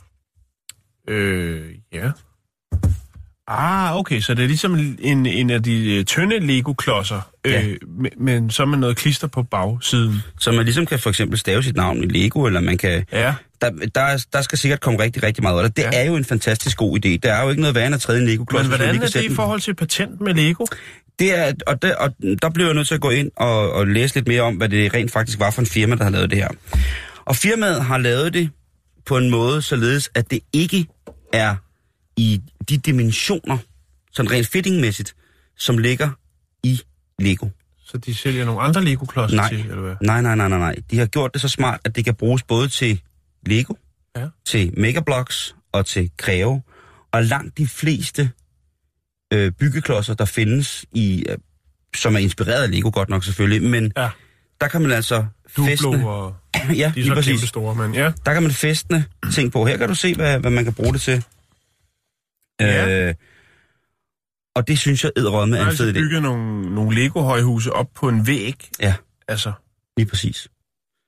Øh, ja. Ah, okay, så det er ligesom en, en af de tynde Lego-klodser, ja. øh, men så med noget klister på bagsiden. Så man ligesom kan for eksempel stave sit navn i Lego, eller man kan... Ja. Der, der, der skal sikkert komme rigtig, rigtig meget ud af det. Det ja. er jo en fantastisk god idé. Der er jo ikke noget værre end at træde en Lego-klods. Men hvordan er det i forhold til patent med Lego? Det er, og, det, og der bliver jeg nødt til at gå ind og, og læse lidt mere om, hvad det rent faktisk var for en firma, der har lavet det her. Og firmaet har lavet det på en måde, således at det ikke er i de dimensioner, sådan rent fittingmæssigt, som ligger i Lego. Så de sælger nogle andre Lego-klodser til, eller hvad? Nej, nej, nej, nej, nej. De har gjort det så smart, at det kan bruges både til Lego, ja. til Megablocks og til Creo. Og langt de fleste øh, byggeklodser, der findes i, øh, som er inspireret af Lego godt nok selvfølgelig, men ja. der kan man altså fæstne... og ja, de er så præcis. kæmpe store, men ja. Der kan man fæstne ting på. Her kan du se, hvad, hvad man kan bruge det til. Ja. Øh, og det synes jeg edderrømme er en fed idé. Bygge nogle, nogle Lego-højhuse op på en væg. Ja. Altså. Lige præcis.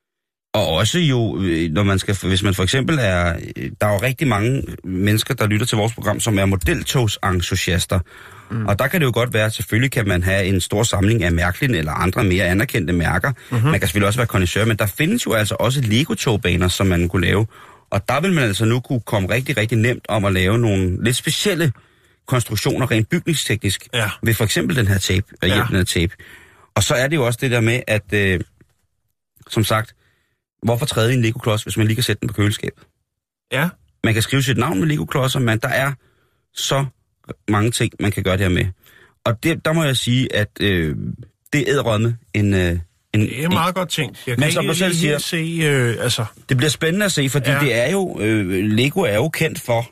Og også jo, når man skal, hvis man for eksempel er, der er jo rigtig mange mennesker, der lytter til vores program, som er modeltogsentusiaster. Mm. Og der kan det jo godt være, at selvfølgelig kan man have en stor samling af Märklin eller andre mere anerkendte mærker. Mm-hmm. Man kan selvfølgelig også være kondisør, men der findes jo altså også Lego-togbaner, som man kunne lave. Og der vil man altså nu kunne komme rigtig, rigtig nemt om at lave nogle lidt specielle konstruktioner, rent bygningsteknisk, ja. ved for eksempel den her tape, ja. den her tape. Og så er det jo også det der med, at, øh, som sagt, hvorfor træde i en Lego-klods, hvis man lige kan sætte den på køleskabet? Ja. Man kan skrive sit navn med Lego-klodser, men der er så mange ting, man kan gøre det her med. Og det, der må jeg sige, at øh, det er ædrømme en... Øh, en det er meget en, godt tænkt. Jeg kan men som du selv siger, se, øh, altså... det bliver spændende at se, fordi ja. det er jo... Øh, Lego er jo kendt for...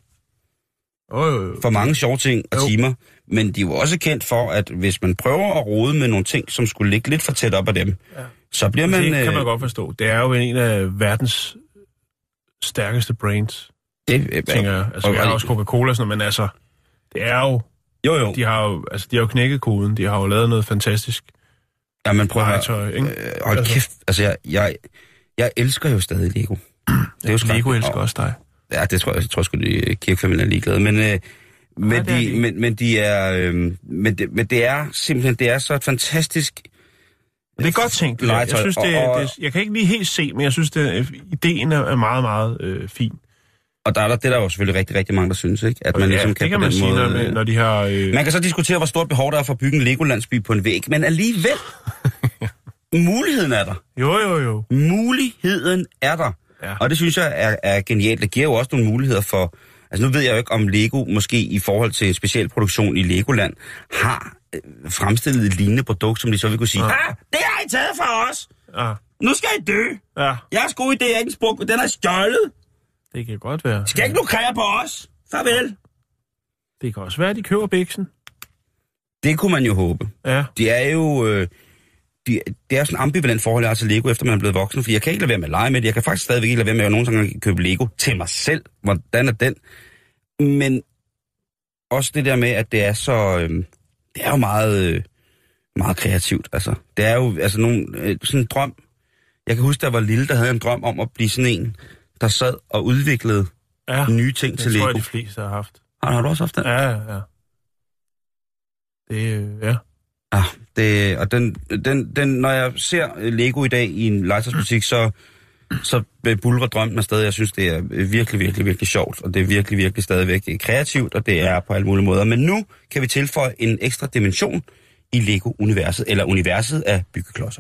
Oh, øh, for mange sjove ting og jo. timer. Men de er jo også kendt for, at hvis man prøver at rode med nogle ting, som skulle ligge lidt for tæt op af dem, ja. så bliver man... Det kan man øh, godt forstå. Det er jo en af verdens stærkeste brains, det, øh, tænker jeg. Altså, vi har også Coca-Cola, sådan, men altså, det er jo... Jo, jo. De har jo, altså, de har jo knækket koden. De har jo lavet noget fantastisk. Ja, men prøv at høre. Øh, hold altså. kæft. Altså, jeg, jeg, jeg elsker jo stadig Lego. Det er jo Lego elsker og, også dig. Ja, det tror jeg, jeg tror sgu, at kirkefamilien er ligeglade. Men, øh, men, ja, de, de. Men, men de er... Øh, men, det, men det er simpelthen, det er så et fantastisk... Det er godt tænkt. Det jeg synes, det, og, og, det, jeg kan ikke lige helt se, men jeg synes, det, ideen er meget, meget øh, fin. Og der er der, det er der jo selvfølgelig rigtig, rigtig mange, der synes, ikke? At man ja, ligesom det kan, kan man sige, måde, når, når de har... Øh... Man kan så diskutere, hvor stort behov der er for at bygge en Lego-landsby på en væg, men alligevel... muligheden er der. Jo, jo, jo. Muligheden er der. Ja. Og det synes jeg er, er genialt. Det giver jo også nogle muligheder for... Altså nu ved jeg jo ikke, om Lego måske i forhold til en speciel produktion i Legoland har øh, fremstillet et lignende produkt, som de så vil kunne sige, ja. ah, det har I taget fra os! Ja. Nu skal I dø! Ja. Jeres gode idé er ikke en sprog, den er stjålet! Det kan godt være. Skal ikke lukrere på os! Farvel! Det kan også være, at de køber biksen. Det kunne man jo håbe. Ja. De er jo... Øh, de, det er sådan en ambivalent forhold, jeg har til Lego, efter man er blevet voksen, fordi jeg kan ikke lade være med at lege med det. Jeg kan faktisk stadigvæk ikke lade være med at nogen gange købe Lego til mig selv. Hvordan er den? Men også det der med, at det er så... Øh, det er jo meget, øh, meget kreativt, altså. Det er jo altså nogen, øh, sådan en drøm. Jeg kan huske, da jeg var lille, der havde jeg en drøm om at blive sådan en, der sad og udviklede ja, nye ting til Lego. Det tror jeg, de fleste har haft. Har, har du også haft den? Ja, ja. Det, ja. Ah, det, og den, den, den, når jeg ser Lego i dag i en legetøjsbutik, så, så bulrer drømmen afsted. Jeg synes, det er virkelig, virkelig, virkelig sjovt, og det er virkelig, virkelig stadigvæk kreativt, og det er på alle mulige måder. Men nu kan vi tilføje en ekstra dimension i Lego-universet, eller universet af byggeklodser.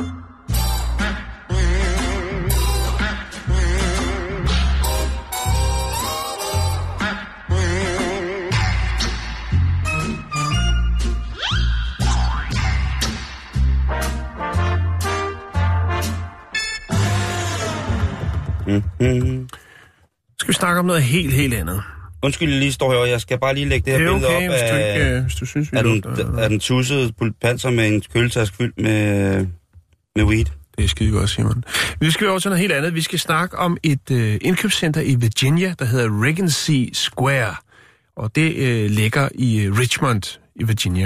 Mm-hmm. Skal vi snakke om noget helt, helt andet? Undskyld, jeg lige står her, og jeg skal bare lige lægge det her det billede okay, op af... Ikke, hvis du synes, vi er, den, er den tussede panser med en køletask fyldt med, med weed? Det er skide godt, Simon. Vi skal over til noget helt andet. Vi skal snakke om et øh, indkøbscenter i Virginia, der hedder Regency Square. Og det øh, ligger i øh, Richmond i Virginia.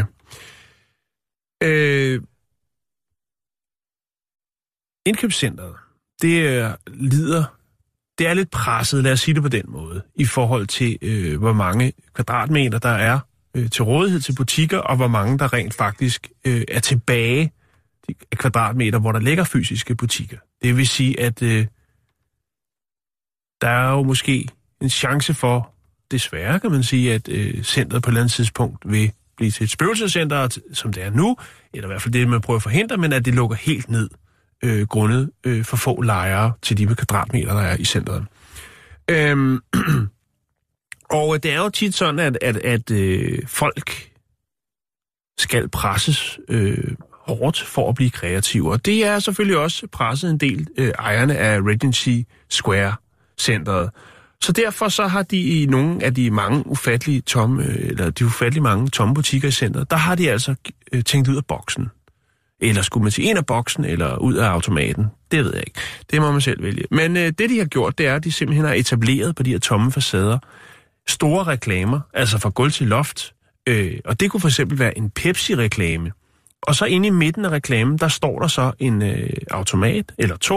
Øh, indkøbscenteret, det øh, lider... Det er lidt presset, lad os sige det på den måde, i forhold til, øh, hvor mange kvadratmeter der er øh, til rådighed til butikker, og hvor mange der rent faktisk øh, er tilbage af kvadratmeter, hvor der ligger fysiske butikker. Det vil sige, at øh, der er jo måske en chance for, desværre kan man sige, at øh, centret på et eller andet tidspunkt vil blive til et spøgelsescenter, som det er nu, eller i hvert fald det, man prøver at forhindre, men at det lukker helt ned. Øh, grundet øh, for få lejere til de kvadratmeter, der er i centret. Øhm, og det er jo tit sådan, at, at, at øh, folk skal presses øh, hårdt for at blive kreative. Og det er selvfølgelig også presset en del øh, ejerne af Regency Square-centret. Så derfor så har de i nogle af de mange ufattelige tomme, eller de ufattelige mange tomme butikker i centret, der har de altså øh, tænkt ud af boksen. Eller skulle man sige ind af boksen, eller ud af automaten. Det ved jeg ikke. Det må man selv vælge. Men øh, det, de har gjort, det er, at de simpelthen har etableret på de her tomme facader store reklamer, altså fra gulv til loft. Øh, og det kunne for eksempel være en Pepsi-reklame. Og så inde i midten af reklamen, der står der så en øh, automat, eller to,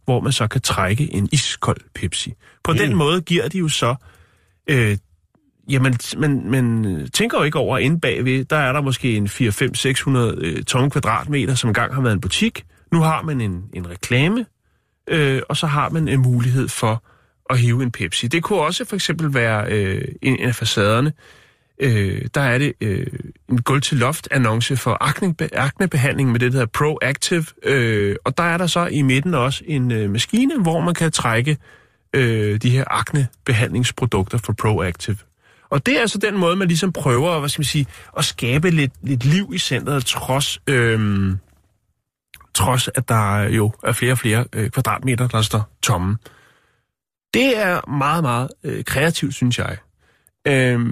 hvor man så kan trække en iskold Pepsi. På mm. den måde giver de jo så... Øh, jamen, man, man tænker jo ikke over, at inde bagved, der er der måske en fire fem seks hundrede øh, tomme kvadratmeter, som engang har været en butik. Nu har man en, en reklame, øh, og så har man en mulighed for at hive en Pepsi. Det kunne også for eksempel være øh, en, en af facaderne. Øh, der er det øh, en gulv-til-loft-annonce for akne, aknebehandling med det, der hedder Proactive. Øh, og der er der så i midten også en øh, maskine, hvor man kan trække øh, de her aknebehandlingsprodukter for Proactive. Og det er altså den måde, man ligesom prøver hvad skal man sige, at skabe lidt, lidt liv i centret, trods, øh, trods at der jo er flere og flere øh, kvadratmeter, der står tomme. Det er meget, meget øh, kreativt, synes jeg. Øh,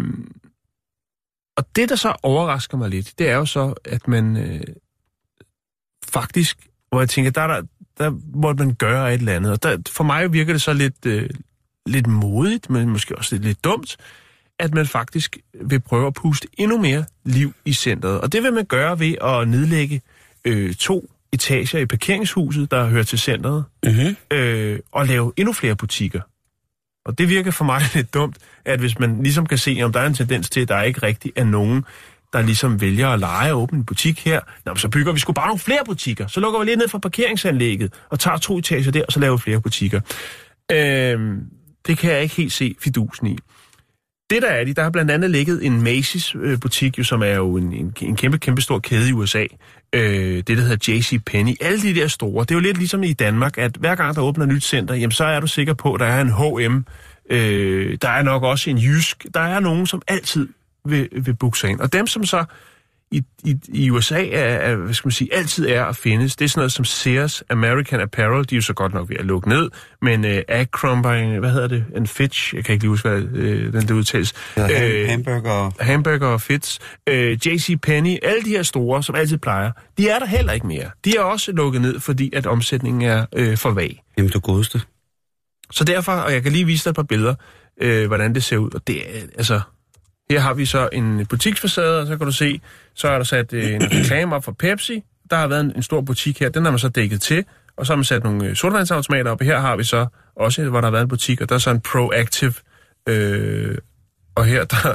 Og det, der så overrasker mig lidt, det er jo så, at man øh, faktisk, hvor jeg tænker, der, der, der må man gøre et eller andet. Og der, for mig virker det så lidt, øh, lidt modigt, men måske også lidt, lidt dumt, at man faktisk vil prøve at puste endnu mere liv i centret. Og det vil man gøre ved at nedlægge øh, to etager i parkeringshuset, der hører til centret, mm-hmm. øh, og lave endnu flere butikker. Og det virker for mig lidt dumt, at hvis man ligesom kan se, om der er en tendens til, at der ikke rigtig er nogen, der ligesom vælger at lege og åbne en butik her, nå, så bygger vi sgu bare nogle flere butikker. Så lukker vi lidt ned fra parkeringsanlægget og tager to etager der, og så laver vi flere butikker. Øhm, det kan jeg ikke helt se fidusen i. Det der er de, der har blandt andet ligget en Macy's-butik, jo, som er jo en, en, en kæmpe, kæmpe stor kæde i U S A. Øh, det, der hedder J C Penney. Alle de der store. Det er jo lidt ligesom i Danmark, at hver gang der åbner et nyt center, jamen så er du sikker på, at der er en H M. Øh, der er nok også en Jysk. Der er nogen, som altid vil, vil booke sig ind. Og dem, som så i, i, i U S A er, er, hvad skal man sige, altid er at findes, det er sådan noget som Sears, American Apparel, de er jo så godt nok ved at lukke ned, men uh, Abercrombie, hvad hedder det, en Fitch, jeg kan ikke lige huske, hvad uh, den der udtales. Ja, uh, hamburger. Hamburger og Fitz. Uh, J C Penney, alle de her store, som altid plejer, de er der heller ikke mere. De er også lukket ned, fordi at omsætningen er uh, for vag. Jamen, du godeste. Så derfor, og jeg kan lige vise dig et par billeder, uh, hvordan det ser ud, og det er, altså... Her har vi så en butiksfacade, og så kan du se, så er der sat en reklame op for Pepsi. Der har været en, en stor butik her, den har man så dækket til. Og så har man sat nogle sodavandsautomater op, og her har vi så også, hvor der har været en butik, og der er så en Proactive. Øh, og her, der...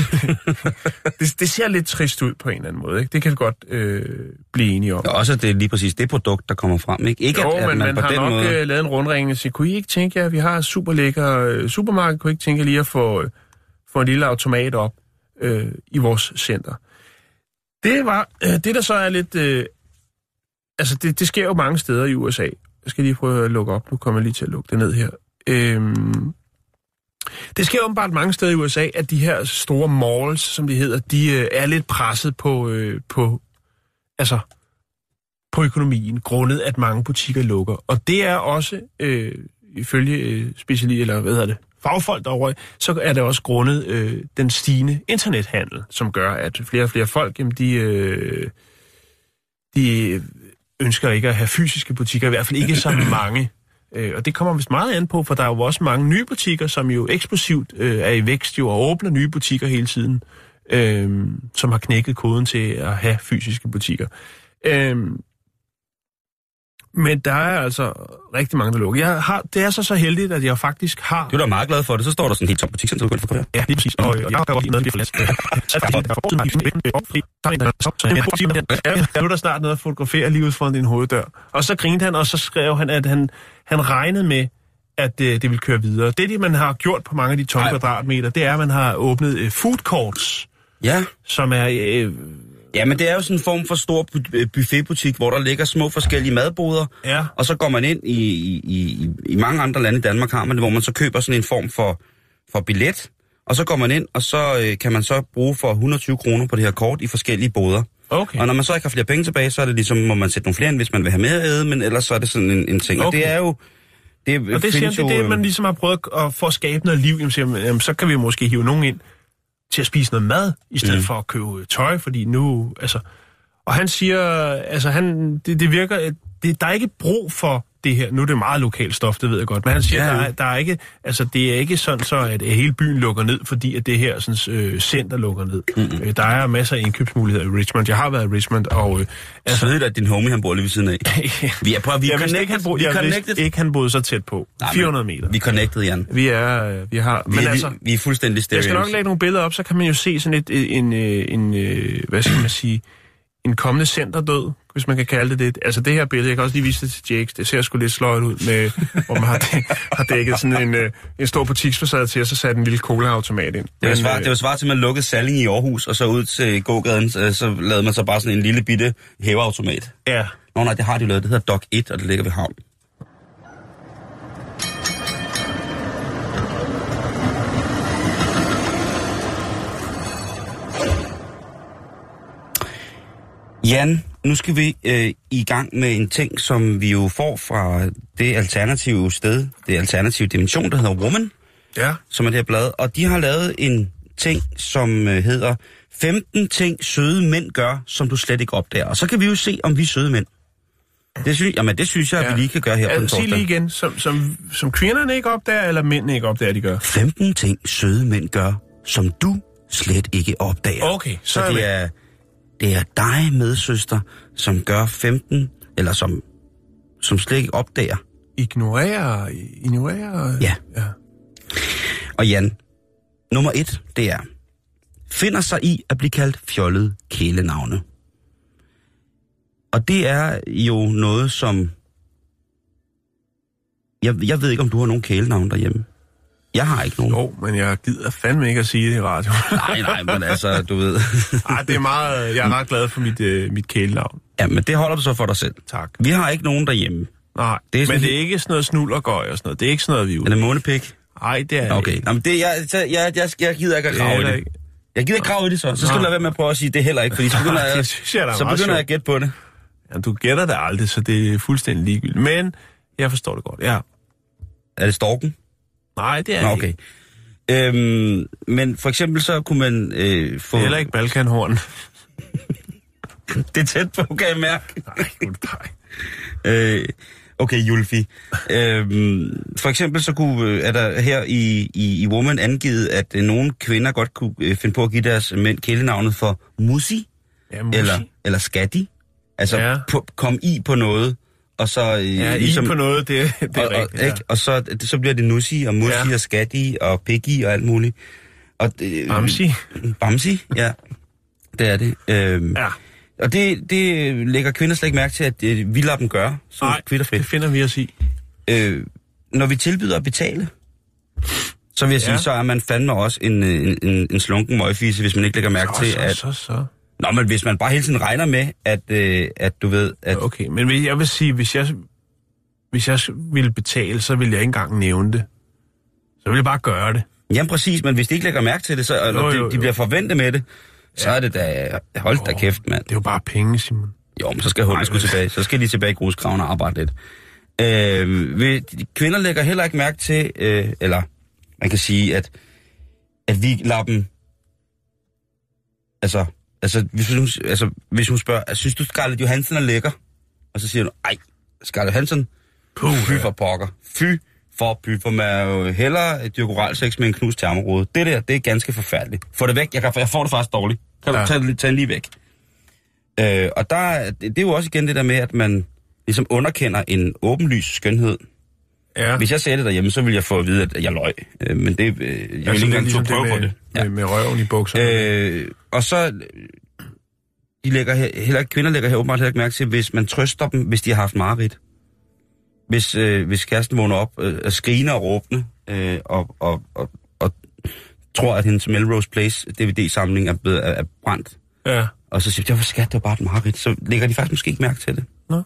det, det ser lidt trist ud på en eller anden måde, ikke? Det kan vi godt øh, blive enige om. Ja, også at det er lige præcis det produkt, der kommer frem, ikke? Ikke jo, at, at men man, man på har den nok måde... lavet en rundring og sige, kunne I ikke tænke jer, at vi har et super lækker øh, supermarked, kunne I ikke tænke jer lige at få... få en lille automat op øh, i vores center. Det var øh, det, der så er lidt... Øh, altså, det, det sker jo mange steder i U S A. Jeg skal lige prøve at lukke op. Nu kommer jeg lige til at lukke det ned her. Øhm, det sker åbenbart mange steder i U S A, at de her store malls, som de hedder, de øh, er lidt presset på, øh, på, altså, på økonomien, grundet at mange butikker lukker. Og det er også, øh, ifølge øh, specialister, eller hvad hedder det, fagfolk derovre, så er det også grundet øh, den stigende internethandel, som gør, at flere og flere folk, jamen, de, øh, de ønsker ikke at have fysiske butikker, i hvert fald ikke så mange. Øh, og det kommer vist meget an på, for der er jo også mange nye butikker, som jo eksplosivt øh, er i vækst jo, og åbner nye butikker hele tiden, øh, som har knækket koden til at have fysiske butikker. Øh, Men der er altså rigtig mange, der lukker. Jeg har, det er så så heldigt, at jeg faktisk har... Du er da meget glad for det. Så står der sådan en helt tom butikscenter, du kan få det. Ja, det er præcis. Og, og jeg har godt lide noget, det er forladt. Nu er der snart noget at fotografere lige ud foran din hoveddør. Og så grinede han, og så skrev han, at han, han regnede med, at det, det ville køre videre. Det, man har gjort på mange af de tomme kvadratmeter, det er, at man har åbnet uh, food courts. Ja. Som er... Uh, Ja, men det er jo sådan en form for stor buffetbutik, hvor der ligger små forskellige madboder, ja. Og så går man ind i, i, i, i mange andre lande i Danmark har man det, hvor man så køber sådan en form for, for billet, og så går man ind, og så øh, kan man så bruge for et hundrede og tyve kroner på det her kort i forskellige boder. Okay. Og når man så ikke har flere penge tilbage, så er det ligesom, må man sætte nogle flere ind, hvis man vil have mere at æde, men ellers så er det sådan en, en ting. Okay. Og det er jo... Det, og det, siger, jo, det er det, man ligesom har prøvet at få at skabe noget liv, jamen, siger, jamen, så kan vi måske hive nogen ind til at spise noget mad, i stedet mm. for at købe tøj, fordi nu, altså... Og han siger, altså han, det, det virker, det, der er ikke brug for det her, nu er det meget lokalt stof, det ved jeg godt, men han siger, Ja. ja. der, er, der er ikke, altså det er ikke sådan så, at hele byen lukker ned, fordi at det her sådan, øh, center lukker ned. Mm-hmm. Øh, der er masser af indkøbsmuligheder i Richmond. Jeg har været i Richmond, og øh, altså... Så ved du, at din homie, han bor lige ved siden af. Vi er på, vi er jeg vidste ikke, han, bo, jeg vidste ikke, han boede så tæt på. Nej, fire hundrede meter. Vi er connected, Jan. Vi er, øh, vi har, vi, men er, altså... Vi, vi er fuldstændig stereo. Jeg skal nok lægge nogle billeder op, så kan man jo se sådan et, en, en, en hvad skal man sige, en kommende centerdød, hvis man kan kalde det det. Altså det her billede, jeg kan også lige vise det til Jakes, det ser sgu lidt sløjt ud, med, hvor man har, dæk, har dækket sådan en, en stor butiksfacade til, og så sat en lille cola-automat ind. Det var svar, det var svar til, at man lukkede Salling i Aarhus, og så ud til gågaden, så lavede man så bare sådan en lille bitte hæveautomat. Ja. Nå nej, det har de lavet. Det hedder Dock et, og det ligger ved havn. Jan, nu skal vi øh, i gang med en ting, som vi jo får fra det alternative sted, det alternative dimension, der hedder Woman, Ja. som er det her blad. Og de har lavet en ting, som øh, hedder femten ting, søde mænd gør, som du slet ikke opdager. Og så kan vi jo se, om vi er søde mænd. Det synes, jamen, det synes jeg, ja. at vi lige kan gøre her ja, på en torsdag. Sig lige igen, som, som, som kvinderne ikke opdager, eller mændene ikke opdager, de gør? femten ting, søde mænd gør, som du slet ikke opdager. Okay, så, så er det er, det er dig, medsøster, som gør femten, eller som, som slet ikke opdager. Ignorerer, ignorerer... Ja. ja. Og Jan, nummer et, det er, finder sig i at blive kaldt fjollede kælenavne. Og det er jo noget, som... Jeg, jeg ved ikke, om du har nogen kælenavne derhjemme. Jeg har ikke nogen. Jo, men jeg gider fandme ikke at sige det i radio. nej, nej, men altså, du ved... Ej, det er meget... Jeg er ret glad for mit, uh, mit kælenavn. Ja, men det holder du så for dig selv. Tak. Vi har ikke nogen derhjemme. Nej, det er men det er ikke sådan noget snul og gøj og sådan noget. Det er ikke sådan noget, vi er ude. Er det månepik? Nej, det er okay. ikke. Nå, men det, jeg, jeg, jeg, jeg, jeg gider ikke at grave i det. Ikke. Jeg gider ikke grave i det så. Så skal du lade være med at prøve at sige det heller ikke, fordi så begynder jeg, jeg, så begynder jeg at gætte på det. Ja, du gætter det aldrig, så det er fuldstændig ligegyldigt. Men jeg forstår det godt, ja. Er det storken? Nej, det er Nå, det okay. ikke. Øhm, men for eksempel så kunne man øh, få... Det er heller ikke Balkanhorn. Det er tæt på, kan jeg mærke. Nej, nej. øh, okay, Julfi. øhm, for eksempel så kunne, er der her i, i, i Woman angivet, at øh, nogle kvinder godt kunne øh, finde på at give deres mænd kælenavnet for Musi, ja, Musi. Eller, eller Skatti. Altså ja. på, kom i på noget, og så... Øh, ja, ligesom, i på noget, det, det er og, rigtigt. Og, ja. og så, så bliver det Nussi og Musi ja. og Skatti og Piggy og alt muligt. Og, øh, Bamsi. Bamsi, ja. Det er det. Øhm, ja. Og det, det lægger kvinder slet ikke mærke til, at øh, vi lader dem gøre. Nej, det finder vi os i. Øh, når vi tilbyder at betale, så vil jeg sige, ja. så er man fandme også en, en, en, en slunken møgfise, hvis man ikke lægger mærke så, til, så, at... Så, så. Nå, men hvis man bare hele tiden regner med, at, øh, at du ved, at... Okay, men jeg vil sige, hvis jeg, hvis jeg ville betale, så ville jeg ikke engang nævne det. Så ville jeg bare gøre det. Jamen præcis, men hvis de ikke lægger mærke til det, så, eller jo, jo, de, de bliver forventet med det, så ja. er det da... Hold da kæft, mand. Det er jo bare penge, Simon. Jo, men så skal hullet sgu tilbage. Så skal de tilbage i gruskraven og arbejde lidt. Øh, ved, kvinder lægger heller ikke mærke til, øh, eller man kan sige, at, at vi lader dem... Altså, altså, hvis hun, altså, hvis hun spørger, synes du Scarlett Johansson er lækker? Og så siger du, ej, Scarlett Johansson, Puh, fy for pokker. Fy for py, for man er jo hellere et dyrkoralsex med en knust termorode. Det der, det er ganske forfærdeligt. Få det væk, jeg, kan, jeg får det faktisk dårligt. Kan du ja. tage, tage den lige væk? Øh, og der, det, det er jo også igen det der med, at man ligesom underkender en åbenlys skønhed. Ja. Hvis jeg sagde det derhjemme, så ville jeg få at vide, at jeg løg. Øh, men det, øh, jeg vil ikke engang ligesom prøve på det. Ja. Med, med røven i bukserne. Øh, og så, de lægger, heller, kvinder lægger her åbenbart heller ikke mærke til, hvis man trøster dem, hvis de har haft mareridt. Hvis, øh, hvis kæresten vågner op øh, og skriner og råbne, øh, og, og, og, og tror, at hendes Melrose Place D V D-samling er, blevet, er, er brændt. Ja. Og så siger de, det var skat, det var bare et mareridt. Så lægger de faktisk måske ikke mærke til det. Nå.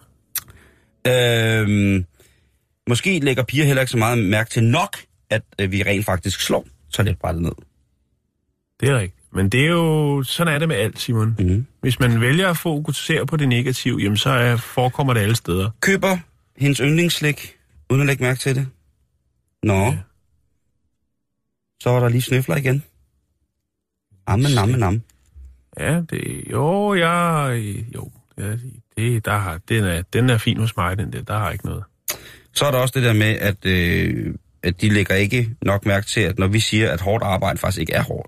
Øhm, måske lægger piger heller ikke så meget mærke til nok, at øh, vi rent faktisk slår toiletbrættet ned. Det er rigtigt. Men det er jo, sådan er det med alt, Simon. Mm-hmm. Hvis man vælger at fokusere på det negative, jamen så er, forekommer det alle steder. Køber hendes yndlingsslik, uden at lægge mærke til det. Nå. Ja. Så var der lige snøfler igen. Amme, namme, namme. Ja, det, jo, jeg, jo, ja, det, der har, den, er, den er fin hos mig, den der, der har ikke noget. Så er der også det der med, at, øh, at de lægger ikke nok mærke til, at når vi siger, at hårdt arbejde faktisk ikke er hårdt.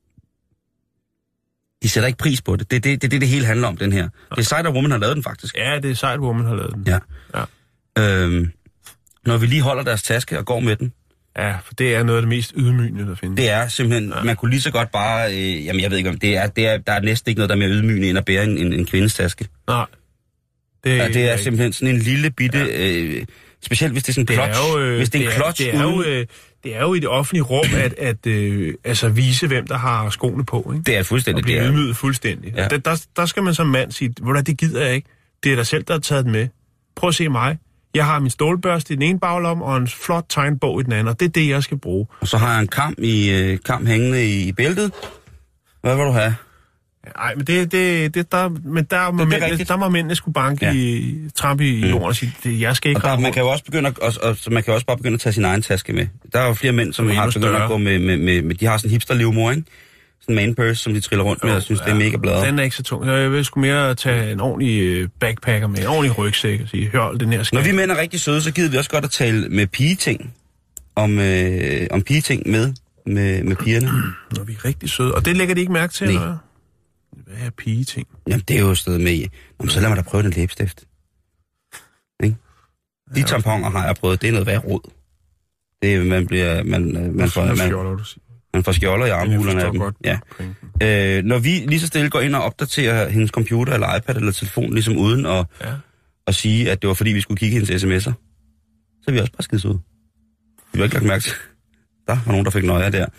De sætter ikke pris på det. Det er det, det, det, det hele handler om, den her. Det er sejt, at Woman har lavet den, faktisk. Ja, det er sejt, at Woman har lavet den. Ja. ja. Øhm, når vi lige holder deres taske og går med den. Ja, for det er noget af det mest ydmygende, der findes. Det er simpelthen, ja. Man kunne lige så godt bare, øh, jamen jeg ved ikke om, det er, det er, der er næsten ikke noget, der er mere ydmygende, end at bære en, en, en kvindes taske. Nej. Det, ja, det er simpelthen sådan en lille bitte, ja. øh, specielt hvis det er sådan en klods. Øh, hvis det er en klods det er, uden... øh, det er jo i det offentlige rum, at, at øh, altså vise, hvem der har skoene på. Ikke? Det er fuldstændig. Og blive ydmyget fuldstændig. Ja. Der, der, der skal man som mand sige, hvordan det gider jeg ikke. Det er dig selv, der har taget den med. Prøv at se mig. Jeg har min stålbørste i den ene baglomme, og en flot tegnbog i den anden, og det er det, jeg skal bruge. Og så har jeg en kam, i, øh, kam hængende i, i bæltet. Hvad vil du have? Nej, men det, det, det der, men der må, mænd, der må mændene skulle banke ja. i trampe i jorden og sige, det, jeg skal ikke. Og der, man kan jo også begynde at, og, og, man kan også bare begynde at tage sin egen taske med. Der er jo flere mænd, som har begyndt at gå med, med, med, med, de har sådan en hipster-livmor, ikke? Sådan en man purse, som de triller rundt med, og synes, ja, det er mega bladet. Den er ikke så tung. Jeg vil sgu mere tage en ordentlig backpacker med, en ordentlig rygsæk og sige, hør, den her skal. Når vi mænd er rigtig søde, så gider vi også godt at tale med pigeting, om, øh, om pigeting med, med, med pigerne. Når vi er rigtig søde, og det lægger de ikke mærke til, eller? Hvad er pigeting? Jamen, det er jo stedet med i. Jamen, så lad mig da prøve den læbestift. Ikke? De ja, tamponer har jeg prøvet, det er noget værd rod. Det er, man bliver, man, man, man får, man, man får skjolder i armhulerne af dem. Ja. Øh, når vi lige så stille går ind og opdaterer hendes computer eller iPad eller telefon, ligesom uden at, ja. at sige, at det var fordi, vi skulle kigge hendes sms'er, så er vi også bare skidt ud. Vi har ikke lagt mærke til. Der var nogen, der fik nøje der.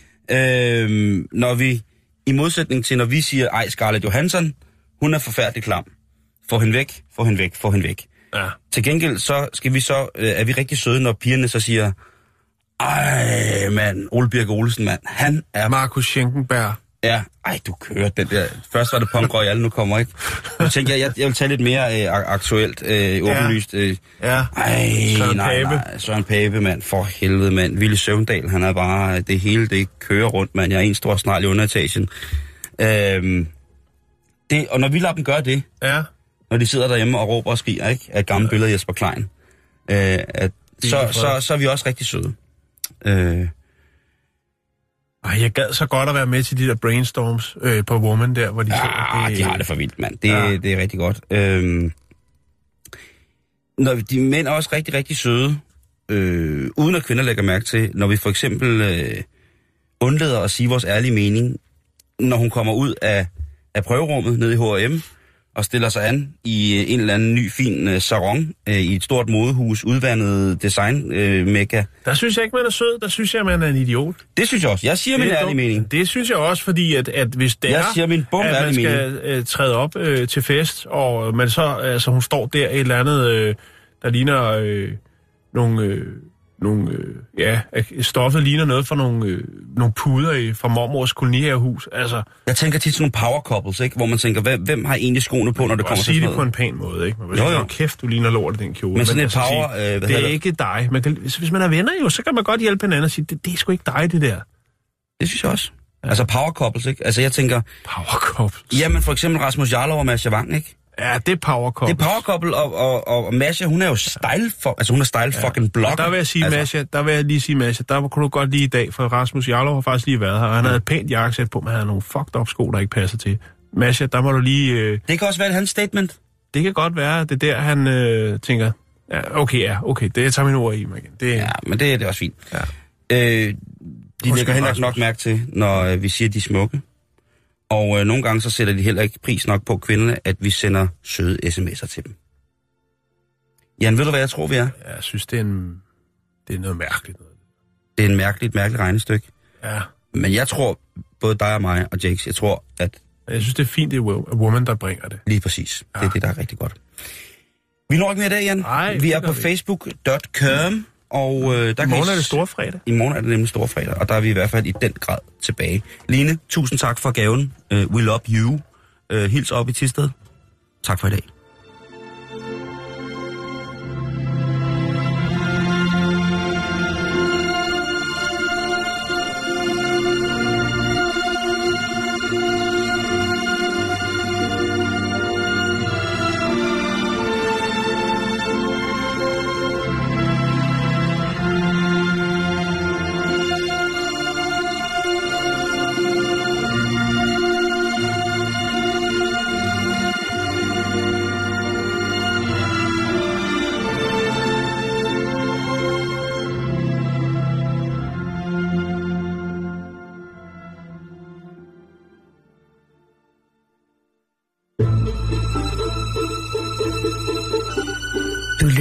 Øh, når vi I modsætning til, når vi siger, ej, Scarlett Johansson, hun er forfærdelig klam. Få hende væk, få hende væk, få hende væk. Ja. Til gengæld, så skal vi så, øh, er vi rigtig søde, når pigerne så siger, ej, mand, Ole Birk Olesen, mand, han er... Markus Schenkenberg. Ja, ej, du kører den der. Først var det Punk Royale, nu kommer ikke. Jeg tænker, jeg, jeg vil tage lidt mere øh, aktuelt, øh, åbenlyst. Øh. Ja, ej, Søren nej, Pape. nej, Søren Pape, mand, for helvede, mand. Ville Søvndal, han er bare, det hele, det kører rundt, mand. Jeg er en stor snarl i underetagen. Øhm, det, og når vi lader dem gøre det, ja. når de sidder derhjemme og råber og skriger, ikke, af et gammelt ja. billede af Jesper Klein, øh, at, så, så, så, så er vi også rigtig søde. Øh, Ej, jeg gad så godt at være med til de der brainstorms øh, på Woman der, hvor de... Ja, så, det, de har det for vildt, mand. Det, ja. det er rigtig godt. Øhm, når de mænd er også rigtig, rigtig søde, øh, uden at kvinder lægger mærke til, når vi for eksempel øh, undlader at sige vores ærlige mening, når hun kommer ud af, af prøverummet nede i H og M, og stiller sig an i en eller anden ny, fin uh, sarong uh, i et stort modehus, udvandet design uh, mega. Der synes jeg ikke, man er sød. Der synes jeg, man er en idiot. Det synes jeg også. Jeg siger det min ærlige mening. Det synes jeg også, fordi at, at hvis det jeg er, siger min bum, at man skal uh, træde op uh, til fest, og man så, altså hun står der et eller andet, uh, der ligner uh, nogle... Uh, nogle, øh, ja, stoffet ligner noget fra nogle, øh, nogle puder i, fra mormors kolonihavehus. Altså, jeg tænker tit sådan nogle power couples, ikke? Hvor man tænker, hvem, hvem har egentlig skoene på, når det kommer til sådan noget? sige det på en pæn måde, ikke? Man vil jo, sige, jo. Kæft, du ligner lort i den kjole. Men sådan man et power... Sige, øh, det er det? ikke dig. Man kan, hvis, hvis man er venner jo, så kan man godt hjælpe hinanden og sige, det, det er sgu ikke dig, det der. Det synes jeg også. Ja. Altså power couples, ikke? Altså jeg tænker... Power couples? Jamen for eksempel Rasmus Jarlov og Mascha Wang, ikke? Ja, det er power couple. Det er power couple, og, og, og, og Mascha, hun er jo style, for, altså hun er style ja. fucking blogger. Der vil jeg sige, altså. Mascha, der vil jeg lige sige, Mascha, der kunne du godt lige i dag, for Rasmus Jarlov har faktisk lige været her, og han ja. havde et pænt jakkesæt på, men han havde nogle fucked up sko, der ikke passer til. Mascha, der må du lige... Øh... Det kan også være hans statement. Det kan godt være, det er der, han øh, tænker, ja, okay, ja, okay, det jeg tager mine ord i mig igen. Det... Ja, men det, det er også fint. Ja. Øh, de lægger heller ikke nok mærke til, når øh, vi siger, de er smukke. Og øh, nogle gange så sætter de heller ikke pris nok på kvinderne, at vi sender søde sms'er til dem. Jan, ved du hvad jeg tror, vi er? Jeg synes, det er, en, det er noget mærkeligt. Det er en mærkeligt, mærkeligt regnestykke. Ja. Men jeg tror, både dig og mig og Jakes, jeg tror, at... Jeg synes, det er fint, det er Woman, der bringer det. Lige præcis. Ja. Det er det, der er rigtig godt. Vi når ikke mere i dag, Jan. Nej, vi er på facebook punktum com. Og, øh, der I morgen I... er det storfredag. I morgen er det nemlig storfredag, og der er vi i hvert fald i den grad tilbage. Line, tusind tak for gaven. Uh, we love you. Uh, hils op i Thisted. Tak for i dag.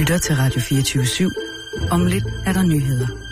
lytter til Radio fireogtyve syv. Om lidt er der nyheder.